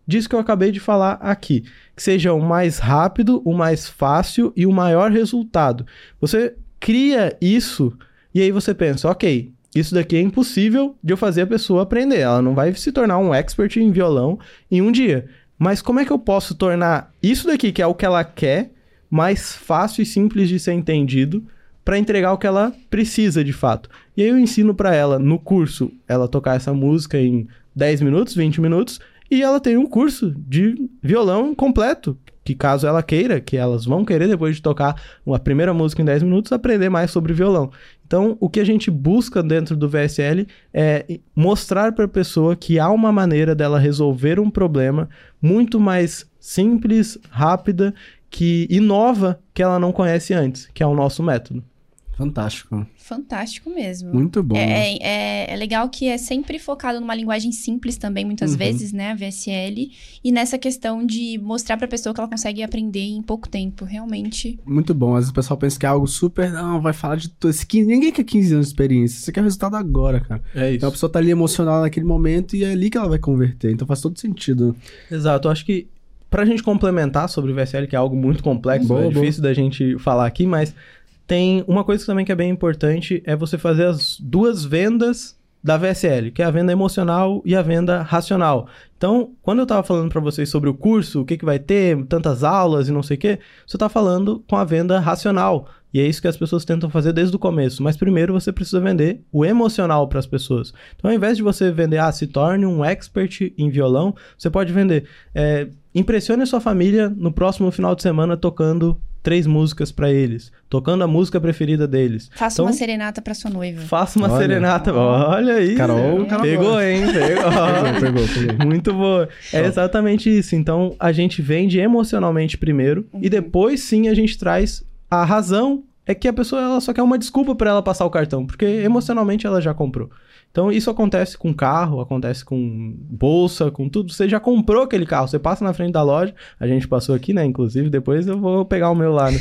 disso que eu acabei de falar aqui. Que seja o mais rápido, o mais fácil e o maior resultado. Você cria isso e aí você pensa, ok, isso daqui é impossível de eu fazer a pessoa aprender. Ela não vai se tornar um expert em violão em um dia. Mas como é que eu posso tornar isso daqui, que é o que ela quer, mais fácil e simples de ser entendido para entregar o que ela precisa de fato? E aí eu ensino para ela, no curso, ela tocar essa música em dez minutos, vinte minutos, e ela tem um curso de violão completo, que caso ela queira, que elas vão querer depois de tocar a primeira música em dez minutos, aprender mais sobre violão. Então, o que a gente busca dentro do V S L é mostrar para a pessoa que há uma maneira dela resolver um problema muito mais simples, rápida, que inova, que ela não conhece antes, que é o nosso método. Fantástico. Fantástico mesmo. Muito bom. É, é, é legal que é sempre focado numa linguagem simples também, muitas uhum. vezes, né, a V S L. E nessa questão de mostrar pra pessoa que ela consegue aprender em pouco tempo, realmente. Muito bom. Às vezes o pessoal pensa que é algo super... Não, vai falar de tudo. Ninguém quer quinze anos de experiência. Você quer o resultado agora, cara. É isso. Então a pessoa tá ali emocionada naquele momento e é ali que ela vai converter. Então faz todo sentido. Exato. Eu acho que pra gente complementar sobre o V S L, que é algo muito complexo, boa, é boa. difícil da gente falar aqui, mas... Tem uma coisa também que é bem importante, é você fazer as duas vendas da V S L, que é a venda emocional e a venda racional. Então, quando eu estava falando para vocês sobre o curso, o que, que vai ter, tantas aulas e não sei o quê, você está falando com a venda racional. E é isso que as pessoas tentam fazer desde o começo. Mas primeiro você precisa vender o emocional para as pessoas. Então, ao invés de você vender, ah, se torne um expert em violão, você pode vender, é, impressione a sua família no próximo final de semana tocando três músicas pra eles, tocando a música preferida deles. Faça então, uma serenata pra sua noiva. Faça uma olha, serenata. Olha aí. Carol, Carol pegou, hein? Pegou. pegou, pegou, pegou. Muito boa. É exatamente isso. Então, a gente vende emocionalmente primeiro uhum. e depois, sim, a gente traz a razão. É que a pessoa ela só quer uma desculpa pra ela passar o cartão, porque emocionalmente ela já comprou. Então, isso acontece com carro, acontece com bolsa, com tudo. Você já comprou aquele carro, você passa na frente da loja. A gente passou aqui, né? Inclusive, depois eu vou pegar o meu lá, né?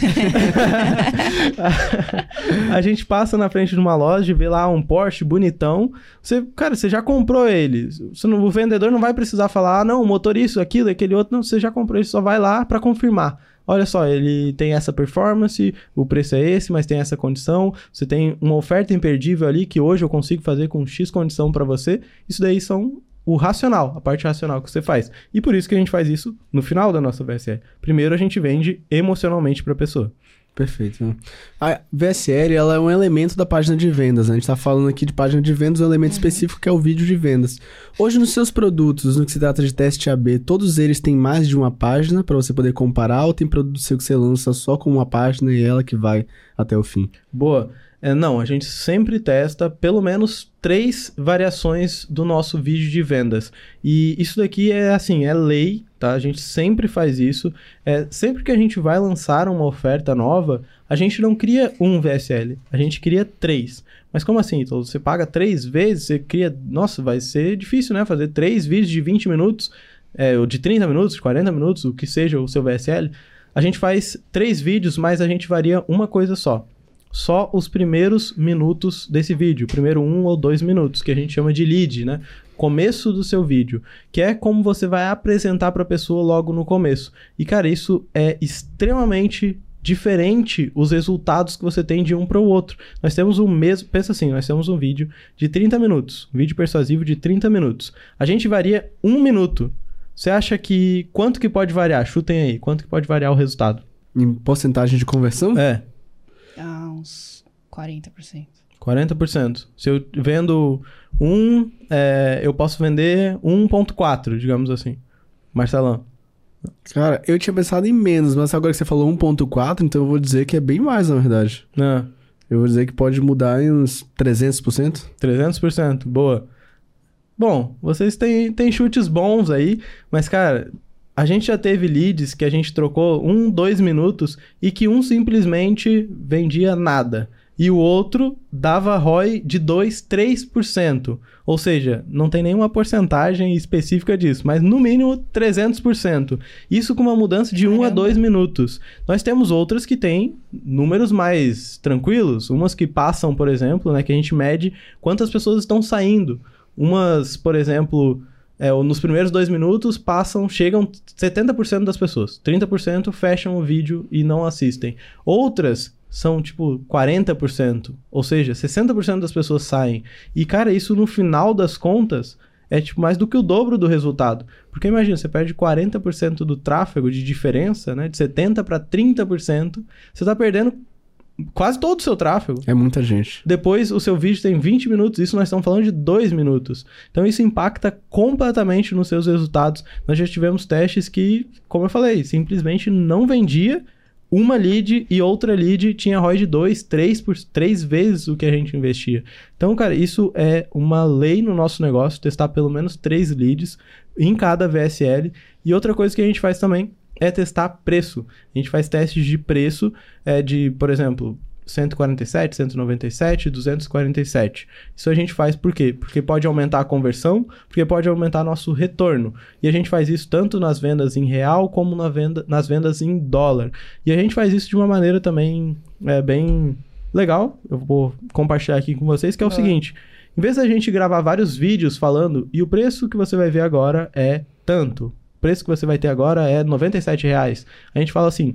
A gente passa na frente de uma loja e vê lá um Porsche bonitão. Você, cara, você já comprou ele. Você não, o vendedor não vai precisar falar, ah, não, o motor isso, aquilo, aquele outro. Não, você já comprou, ele só vai lá pra confirmar. Olha só, ele tem essa performance, o preço é esse, mas tem essa condição. Você tem uma oferta imperdível ali que hoje eu consigo fazer com X condição para você. Isso daí são o racional, a parte racional que você faz. E por isso que a gente faz isso no final da nossa V S L. Primeiro a gente vende emocionalmente para a pessoa. Perfeito. Né? A V S L ela é um elemento da página de vendas. Né? A gente está falando aqui de página de vendas, um elemento uhum. específico que é o vídeo de vendas. Hoje, nos seus produtos, no que se trata de teste A B, todos eles têm mais de uma página para você poder comparar, ou tem produto seu que você lança só com uma página e ela que vai até o fim? Boa. É, não, a gente sempre testa pelo menos três variações do nosso vídeo de vendas. E isso daqui é assim, é lei, tá? A gente sempre faz isso. É, sempre que a gente vai lançar uma oferta nova, a gente não cria um V S L, a gente cria três. Mas como assim, então? Você paga três vezes, você cria... Nossa, vai ser difícil, né? Fazer três vídeos de vinte minutos, é, ou de trinta minutos, de quarenta minutos, o que seja o seu V S L. A gente faz três vídeos, mas a gente varia uma coisa só. Só os primeiros minutos desse vídeo, primeiro um ou dois minutos, que a gente chama de lead, né? Começo do seu vídeo, que é como você vai apresentar para a pessoa logo no começo. E, cara, isso é extremamente diferente os resultados que você tem de um para o outro. Nós temos o mesmo, pensa assim, nós temos um vídeo de trinta minutos, um vídeo persuasivo de trinta minutos. A gente varia um minuto. Você acha que quanto que pode variar? Chutem aí, quanto que pode variar o resultado? Em porcentagem de conversão? É. Ah, uns quarenta por cento. quarenta por cento. Se eu vendo um, é, eu posso vender um ponto quatro, digamos assim. Marcelão. Cara, eu tinha pensado em menos, mas agora que você falou um ponto quatro, então eu vou dizer que é bem mais, na verdade. Não. Eu vou dizer que pode mudar em uns trezentos por cento. trezentos por cento, boa. Bom, vocês têm, têm chutes bons aí, mas, cara... A gente já teve leads que a gente trocou um, dois minutos e que um simplesmente vendia nada. E o outro dava R O I de dois, três por cento. Ou seja, não tem nenhuma porcentagem específica disso, mas no mínimo trezentos por cento. Isso com uma mudança de um a dois minutos. Nós temos outras que têm números mais tranquilos. Umas que passam, por exemplo, né, que a gente mede quantas pessoas estão saindo. Umas, por exemplo... É, nos primeiros dois minutos passam, chegam setenta por cento das pessoas. trinta por cento fecham o vídeo e não assistem. Outras são tipo quarenta por cento, ou seja, sessenta por cento das pessoas saem. E cara, isso no final das contas é tipo mais do que o dobro do resultado. Porque imagina, você perde quarenta por cento do tráfego de diferença, né? De setenta por cento para trinta por cento, você tá perdendo quase todo o seu tráfego. É muita gente. Depois, o seu vídeo tem vinte minutos, isso nós estamos falando de dois minutos. Então, isso impacta completamente nos seus resultados. Nós já tivemos testes que, como eu falei, simplesmente não vendia uma lead e outra lead tinha R O I de dois, três, por, três vezes o que a gente investia. Então, cara, isso é uma lei no nosso negócio, testar pelo menos três leads em cada V S L. E outra coisa que a gente faz também é testar preço. A gente faz testes de preço é, de, por exemplo, cento e quarenta e sete, cento e noventa e sete, duzentos e quarenta e sete. Isso a gente faz por quê? Porque pode aumentar a conversão, porque pode aumentar nosso retorno. E a gente faz isso tanto nas vendas em real como na venda, nas vendas em dólar. E a gente faz isso de uma maneira também é, bem legal. Eu vou compartilhar aqui com vocês, que é o ah. seguinte. Em vez da gente gravar vários vídeos falando, e o preço que você vai ver agora é tanto. O preço que você vai ter agora é noventa e sete reais. A gente fala assim,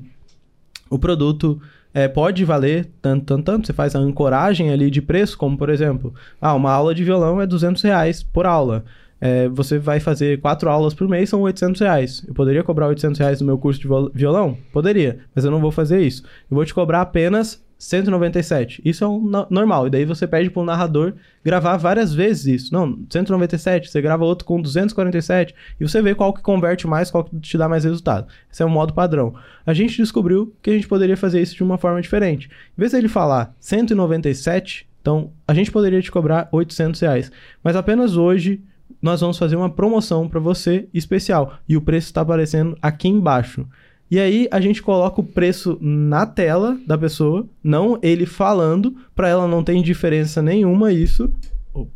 o produto é, pode valer tanto, tanto, tanto. Você faz a ancoragem ali de preço, como por exemplo, ah, uma aula de violão é duzentos reais por aula. É, você vai fazer quatro aulas por mês, são oitocentos reais. Eu poderia cobrar oitocentos reais no meu curso de violão? Poderia, mas eu não vou fazer isso. Eu vou te cobrar apenas cento e noventa e sete. Isso é um no- normal. E daí você pede para o narrador gravar várias vezes isso. Não, cento e noventa e sete, você grava outro com duzentos e quarenta e sete e você vê qual que converte mais, qual que te dá mais resultado. Esse é o modo padrão. A gente descobriu que a gente poderia fazer isso de uma forma diferente. Em vez de ele falar cento e noventa e sete, então a gente poderia te cobrar oitocentos reais. Mas apenas hoje nós vamos fazer uma promoção para você especial. E o preço está aparecendo aqui embaixo. E aí a gente coloca o preço na tela da pessoa, não ele falando, para ela não ter diferença nenhuma isso. Oh.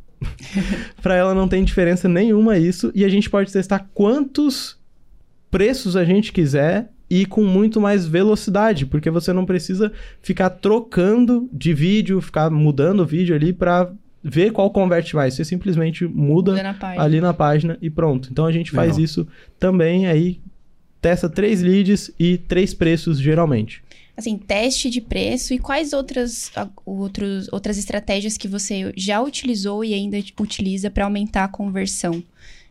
para ela não ter diferença nenhuma isso. E a gente pode testar quantos preços a gente quiser e com muito mais velocidade, porque você não precisa ficar trocando de vídeo, ficar mudando o vídeo ali para ver qual converte mais. Você simplesmente muda, muda na ali na página e pronto. Então a gente faz não. isso também aí. Testa três leads e três preços, geralmente. Assim, teste de preço e quais outras, outros, outras estratégias que você já utilizou e ainda utiliza para aumentar a conversão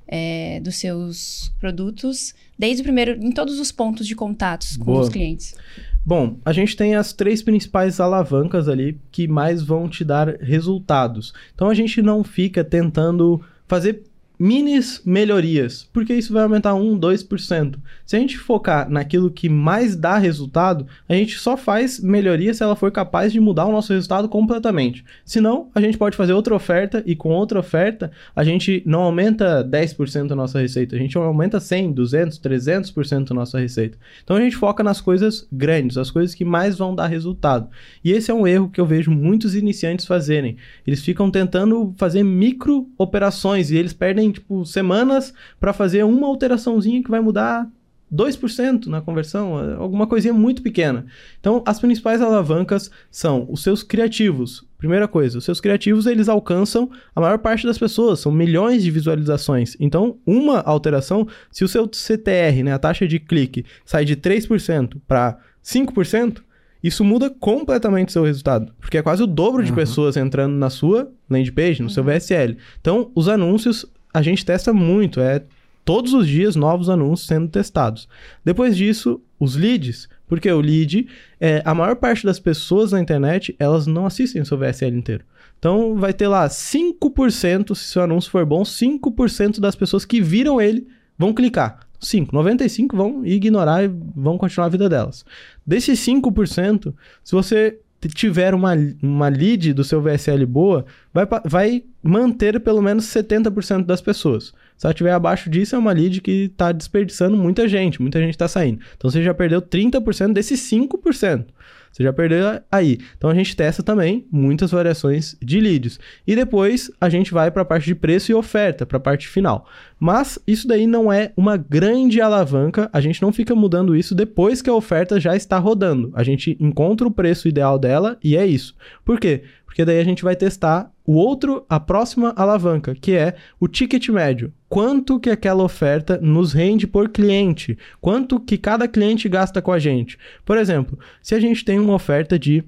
é, dos seus produtos, desde o primeiro, em todos os pontos de contatos com Boa. os clientes? Bom, a gente tem as três principais alavancas ali que mais vão te dar resultados. Então, a gente não fica tentando fazer minis melhorias, porque isso vai aumentar um, dois por cento. Se a gente focar naquilo que mais dá resultado, a gente só faz melhoria se ela for capaz de mudar o nosso resultado completamente. Senão, a gente pode fazer outra oferta e com outra oferta, a gente não aumenta dez por cento a nossa receita, a gente aumenta cem, duzentos, trezentos por cento a nossa receita. Então, a gente foca nas coisas grandes, as coisas que mais vão dar resultado. E esse é um erro que eu vejo muitos iniciantes fazerem. Eles ficam tentando fazer micro operações e eles perdem tipo, semanas para fazer uma alteraçãozinha que vai mudar dois por cento na conversão, alguma coisinha muito pequena. Então, as principais alavancas são os seus criativos. Primeira coisa, os seus criativos, eles alcançam a maior parte das pessoas, são milhões de visualizações. Então, uma alteração, se o seu C T R, né, a taxa de clique, sai de três por cento para cinco por cento, isso muda completamente o seu resultado, porque é quase o dobro de uhum. pessoas entrando na sua landing page, no uhum. seu V S L. Então, os anúncios a gente testa muito, é todos os dias novos anúncios sendo testados. Depois disso, os leads, porque o lead, é, a maior parte das pessoas na internet, elas não assistem o seu V S L inteiro. Então, vai ter lá cinco por cento, se seu anúncio for bom, cinco por cento das pessoas que viram ele vão clicar. cinco, noventa e cinco vão ignorar e vão continuar a vida delas. Desses cinco por cento, se você tiver uma, uma lead do seu V S L boa, vai, vai manter pelo menos setenta por cento das pessoas. Se ela estiver abaixo disso, é uma lead que está desperdiçando muita gente, muita gente está saindo. Então, você já perdeu trinta por cento desses cinco por cento. Você já perdeu aí. Então, a gente testa também muitas variações de leads. E depois, a gente vai para a parte de preço e oferta, para a parte final. Mas, isso daí não é uma grande alavanca. A gente não fica mudando isso depois que a oferta já está rodando. A gente encontra o preço ideal dela e é isso. Por quê? Porque daí a gente vai testar o outro, a próxima alavanca, que é o ticket médio. Quanto que aquela oferta nos rende por cliente? Quanto que cada cliente gasta com a gente? Por exemplo, se a gente tem uma oferta de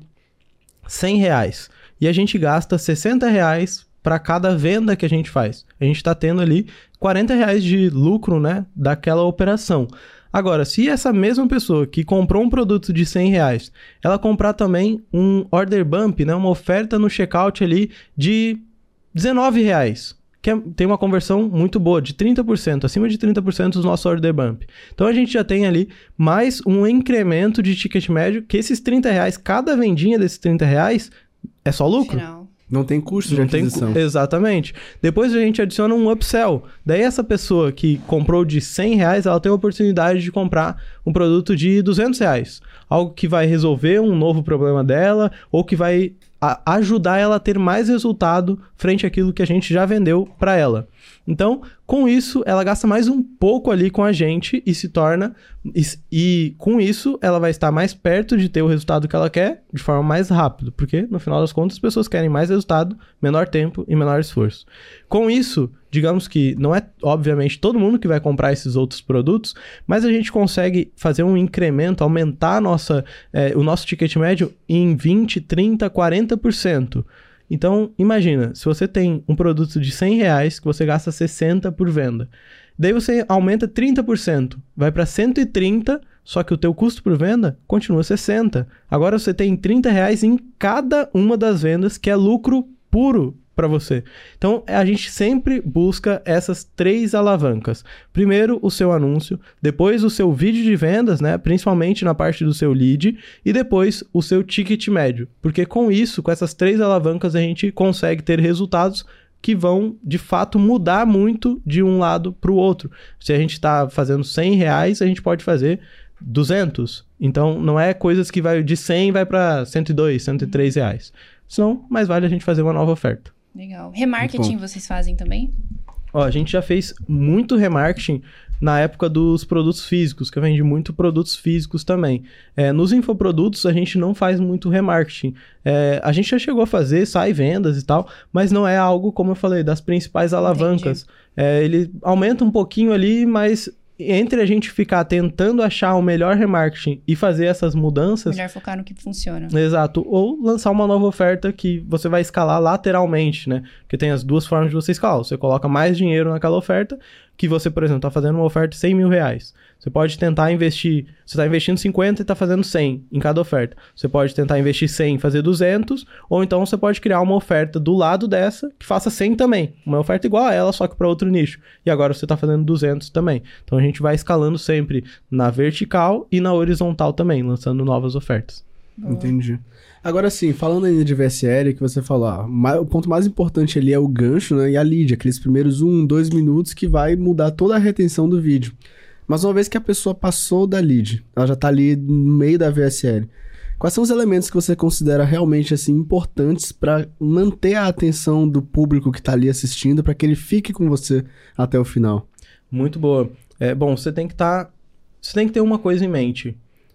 cem reais e a gente gasta sessenta reais para cada venda que a gente faz, a gente está tendo ali quarenta reais de lucro, né, daquela operação. Agora, se essa mesma pessoa que comprou um produto de cem reais, ela comprar também um order bump, né, uma oferta no checkout ali de dezenove reais, que é, tem uma conversão muito boa, de trinta por cento, acima de trinta por cento dos nossos order bump. Então a gente já tem ali mais um incremento de ticket médio, que esses trinta reais, cada vendinha desses trinta reais é só lucro. Final. Não tem custo de Não aquisição. Tem, exatamente. Depois a gente adiciona um upsell. Daí essa pessoa que comprou de cem reais, ela tem a oportunidade de comprar um produto de duzentos reais. Algo que vai resolver um novo problema dela ou que vai a, ajudar ela a ter mais resultado frente àquilo que a gente já vendeu para ela. Então, com isso, ela gasta mais um pouco ali com a gente e se torna... E, e com isso, ela vai estar mais perto de ter o resultado que ela quer de forma mais rápida. Porque, no final das contas, as pessoas querem mais resultado, menor tempo e menor esforço. Com isso, digamos que não é, obviamente, todo mundo que vai comprar esses outros produtos, mas a gente consegue fazer um incremento, aumentar a nossa, é, o nosso ticket médio em vinte, trinta, quarenta por cento. Então, imagina, se você tem um produto de cem reais que você gasta sessenta por venda, daí você aumenta trinta por cento, vai para cento e trinta, só que o teu custo por venda continua sessenta. Agora você tem trinta reais em cada uma das vendas, que é lucro puro para você. Então, a gente sempre busca essas três alavancas. Primeiro, o seu anúncio, depois o seu vídeo de vendas, né, principalmente na parte do seu lead, e depois o seu ticket médio. Porque com isso, com essas três alavancas, a gente consegue ter resultados que vão, de fato, mudar muito de um lado para o outro. Se a gente está fazendo cem reais, a gente pode fazer duzentos. Então, não é coisas que vai de cem vai para cento e dois, cento e três reais. Senão, mais vale a gente fazer uma nova oferta. Legal. Remarketing vocês fazem também? Ó, a gente já fez muito remarketing na época dos produtos físicos, que eu vendi muito produtos físicos também. É, nos infoprodutos, a gente não faz muito remarketing. É, a gente já chegou a fazer, sai vendas e tal, mas não é algo, como eu falei, das principais alavancas. É, ele aumenta um pouquinho ali, mas... entre a gente ficar tentando achar o melhor remarketing e fazer essas mudanças... melhor focar no que funciona. Exato. Ou lançar uma nova oferta que você vai escalar lateralmente, né? Porque tem as duas formas de você escalar. Você coloca mais dinheiro naquela oferta, que você, por exemplo, está fazendo uma oferta de cem mil reais. Você pode tentar investir... Você está investindo cinquenta e está fazendo cem em cada oferta. Você pode tentar investir cem e fazer duzentos, ou então você pode criar uma oferta do lado dessa que faça cem também. Uma oferta igual a ela, só que para outro nicho. E agora você está fazendo duzentos também. Então a gente vai escalando sempre na vertical e na horizontal também, lançando novas ofertas. Boa. Entendi. Agora sim, falando ainda de V S L, que você falou, ó, o ponto mais importante ali é o gancho, né, e a lead, aqueles primeiros um, dois minutos que vai mudar toda a retenção do vídeo. Mas uma vez que a pessoa passou da lead, ela já tá ali no meio da V S L, quais são os elementos que você considera realmente assim importantes para manter a atenção do público que tá ali assistindo, para que ele fique com você até o final? Muito boa. É, bom, você tem que estar... Você tem que ter uma coisa em mente.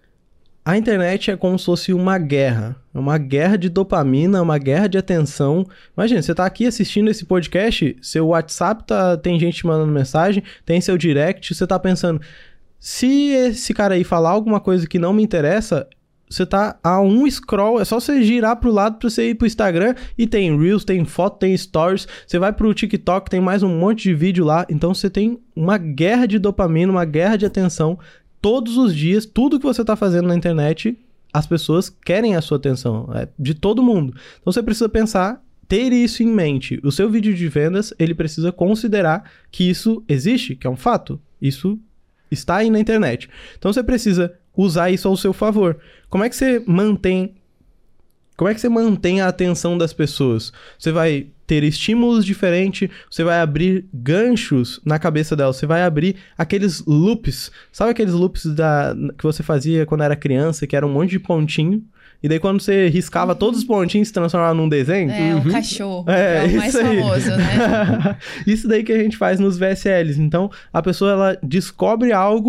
A internet é como se fosse uma guerra. É uma guerra de dopamina, uma guerra de atenção. Imagina, você tá aqui assistindo esse podcast, seu WhatsApp tá, tem gente te mandando mensagem, tem seu direct, você tá pensando, se esse cara aí falar alguma coisa que não me interessa, você tá a um scroll, é só você girar pro lado pra você ir pro Instagram e tem Reels, tem foto, tem Stories, você vai pro TikTok, tem mais um monte de vídeo lá, então você tem uma guerra de dopamina, uma guerra de atenção. Todos os dias, tudo que você está fazendo na internet, as pessoas querem a sua atenção, é de todo mundo. Então você precisa pensar, ter isso em mente. O seu vídeo de vendas, ele precisa considerar que isso existe, que é um fato. Isso está aí na internet. Então você precisa usar isso ao seu favor. Como é que você mantém... Como é que você mantém a atenção das pessoas? Você vai ter estímulos diferentes, você vai abrir ganchos na cabeça delas, você vai abrir aqueles loops. Sabe aqueles loops da, que você fazia quando era criança, que era um monte de pontinho? E daí quando você riscava uhum. todos os pontinhos, se transformava num desenho? É, uhum. um cachorro. É, é o mais aí. famoso, né? Isso daí que a gente faz nos V S Ls. Então, a pessoa, ela descobre algo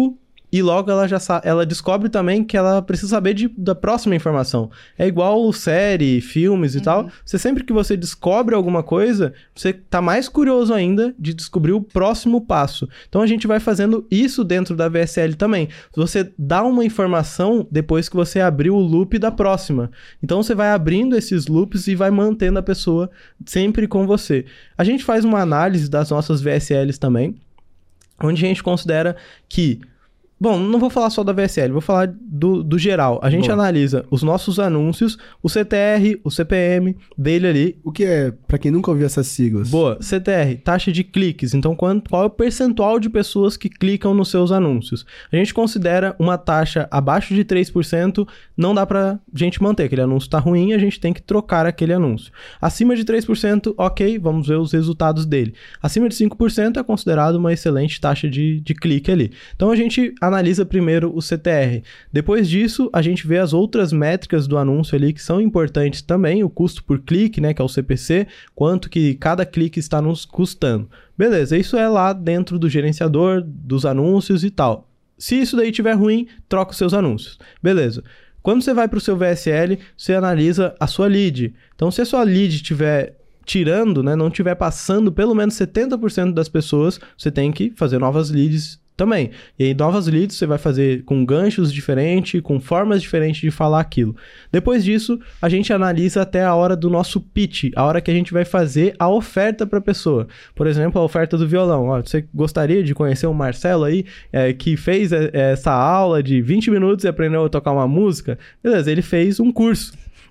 e logo ela já sa- ela descobre também que ela precisa saber de, da próxima informação. É igual série, filmes e uhum. tal. Você sempre que você descobre alguma coisa, você tá mais curioso ainda de descobrir o próximo passo. Então a gente vai fazendo isso dentro da V S L também. Você dá uma informação depois que você abriu o loop da próxima. Então você vai abrindo esses loops e vai mantendo a pessoa sempre com você. A gente faz uma análise das nossas V S Ls também, onde a gente considera que... Bom, não vou falar só da V S L, vou falar do, do geral. A gente Boa. analisa os nossos anúncios, o C T R, o C P M dele ali. O que é, pra quem nunca ouviu essas siglas? Boa, C T R, taxa de cliques. Então, quanto, qual é o percentual de pessoas que clicam nos seus anúncios? A gente considera uma taxa abaixo de três por cento, não dá pra gente manter. Aquele anúncio tá ruim, a gente tem que trocar aquele anúncio. Acima de três por cento, ok, vamos ver os resultados dele. Acima de cinco por cento é considerado uma excelente taxa de, de clique ali. Então, a gente analisa primeiro o C T R. Depois disso, a gente vê as outras métricas do anúncio ali que são importantes também, o custo por clique, né, que é o C P C, quanto que cada clique está nos custando. Beleza, isso é lá dentro do gerenciador, dos anúncios e tal. Se isso daí estiver ruim, troca os seus anúncios. Beleza. Quando você vai para o seu V S L, você analisa a sua lead. Então, se a sua lead estiver tirando, né, não estiver passando pelo menos setenta por cento das pessoas, você tem que fazer novas leads também. E aí, novas leads você vai fazer com ganchos diferentes, com formas diferentes de falar aquilo. Depois disso, a gente analisa até a hora do nosso pitch, a hora que a gente vai fazer a oferta para a pessoa. Por exemplo, a oferta do violão. Ó, você gostaria de conhecer o Marcelo aí, é, que fez é, essa aula de vinte minutos e aprendeu a tocar uma música? Beleza, ele fez um curso.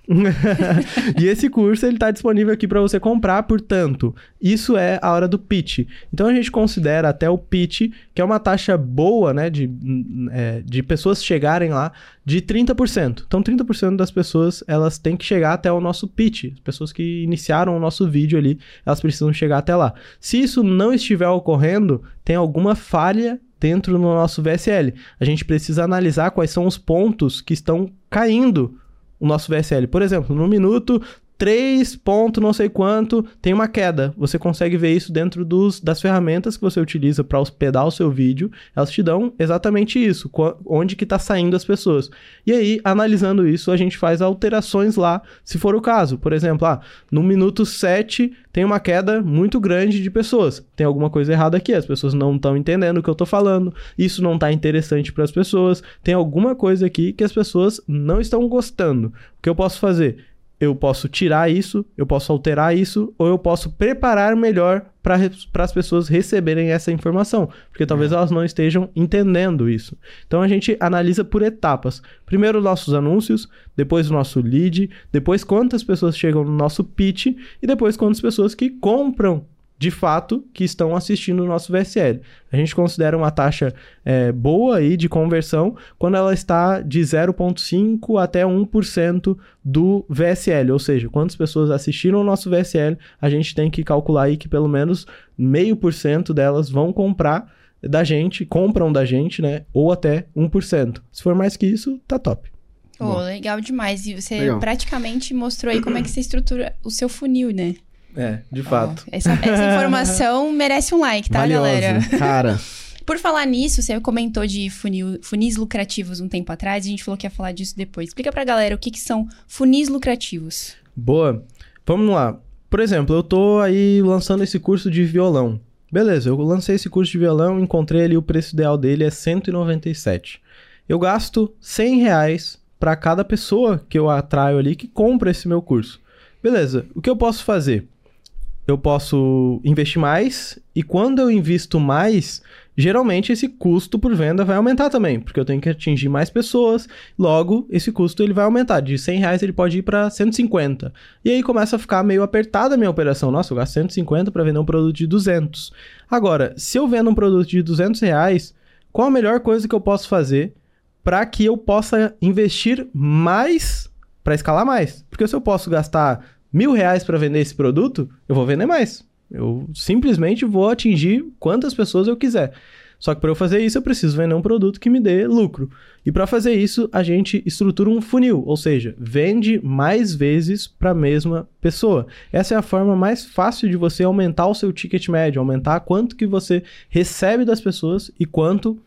E esse curso ele está disponível aqui para você comprar, portanto, isso é a hora do pitch. Então a gente considera até o pitch, que é uma taxa boa, né, de, é, de pessoas chegarem lá, de trinta por cento. Então trinta por cento das pessoas elas têm que chegar até o nosso pitch. As pessoas que iniciaram o nosso vídeo ali, elas precisam chegar até lá. Se isso não estiver ocorrendo, tem alguma falha dentro do nosso V S L. A gente precisa analisar quais são os pontos que estão caindo o nosso V S L. Por exemplo, no minuto três ponto não sei quanto, tem uma queda. Você consegue ver isso dentro dos, das ferramentas que você utiliza para hospedar o seu vídeo. Elas te dão exatamente isso, onde que está saindo as pessoas. E aí, analisando isso, a gente faz alterações lá, se for o caso. Por exemplo, ah, no minuto sete tem uma queda muito grande de pessoas. Tem alguma coisa errada aqui, as pessoas não estão entendendo o que eu estou falando, isso não está interessante para as pessoas, tem alguma coisa aqui que as pessoas não estão gostando. O que eu posso fazer? Eu posso tirar isso, eu posso alterar isso, ou eu posso preparar melhor para as pessoas receberem essa informação, porque talvez é. elas não estejam entendendo isso. Então a gente analisa por etapas. Primeiro nossos anúncios, depois o nosso lead, depois quantas pessoas chegam no nosso pitch e depois quantas pessoas que compram de fato, que estão assistindo o nosso V S L. A gente considera uma taxa é, boa aí de conversão quando ela está de zero vírgula cinco até um por cento do V S L, ou seja, quantas pessoas assistiram o nosso V S L, a gente tem que calcular aí que pelo menos meio por cento delas vão comprar da gente, compram da gente, né, ou até um por cento. Se for mais que isso, tá top. Oh, legal demais. E você legal. praticamente mostrou aí como é que você estrutura o seu funil, né? É, de fato. Oh, essa, essa informação merece um like, tá, Valiosa, galera? Cara. Por falar nisso, você comentou de funil, funis lucrativos um tempo atrás, e a gente falou que ia falar disso depois. Explica pra galera o que, que são funis lucrativos. Boa. Vamos lá. Por exemplo, eu tô aí lançando esse curso de violão. Beleza, eu lancei esse curso de violão, encontrei ali o preço ideal dele é cento e noventa e sete. Eu gasto cem reais para cada pessoa que eu atraio ali que compra esse meu curso. Beleza, o que eu posso fazer? Eu posso investir mais e quando eu invisto mais, geralmente esse custo por venda vai aumentar também, porque eu tenho que atingir mais pessoas, logo esse custo ele vai aumentar, de cem reais ele pode ir para cento e cinquenta. E aí começa a ficar meio apertada a minha operação, nossa, eu gasto cento e cinquenta para vender um produto de duzentos. Agora, se eu vendo um produto de duzentos reais, qual a melhor coisa que eu posso fazer para que eu possa investir mais, para escalar mais? Porque se eu posso gastar mil reais para vender esse produto, eu vou vender mais. Eu simplesmente vou atingir quantas pessoas eu quiser. Só que para eu fazer isso, eu preciso vender um produto que me dê lucro. E para fazer isso, a gente estrutura um funil, ou seja, vende mais vezes para a mesma pessoa. Essa é a forma mais fácil de você aumentar o seu ticket médio, aumentar quanto que você recebe das pessoas e quanto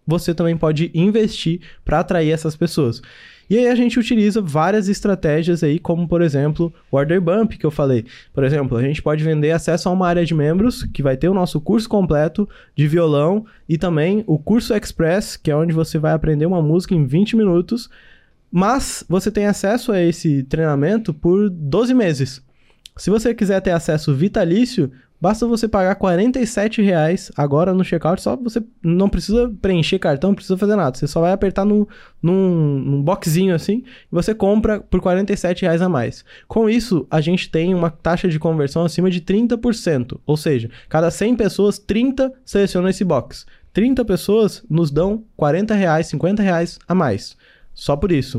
você também pode investir para atrair essas pessoas. E aí a gente utiliza várias estratégias aí, como por exemplo o Order Bump que eu falei. Por exemplo, a gente pode vender acesso a uma área de membros, que vai ter o nosso curso completo de violão e também o curso Express, que é onde você vai aprender uma música em vinte minutos, mas você tem acesso a esse treinamento por doze meses. Se você quiser ter acesso vitalício, basta você pagar quarenta e sete reais agora no checkout, só você não precisa preencher cartão, não precisa fazer nada. Você só vai apertar no, num, num boxinho assim e você compra por quarenta e sete reais a mais. Com isso, a gente tem uma taxa de conversão acima de trinta por cento. Ou seja, cada cem pessoas, trinta selecionam esse box. trinta pessoas nos dão quarenta reais, cinquenta reais a mais. Só por isso.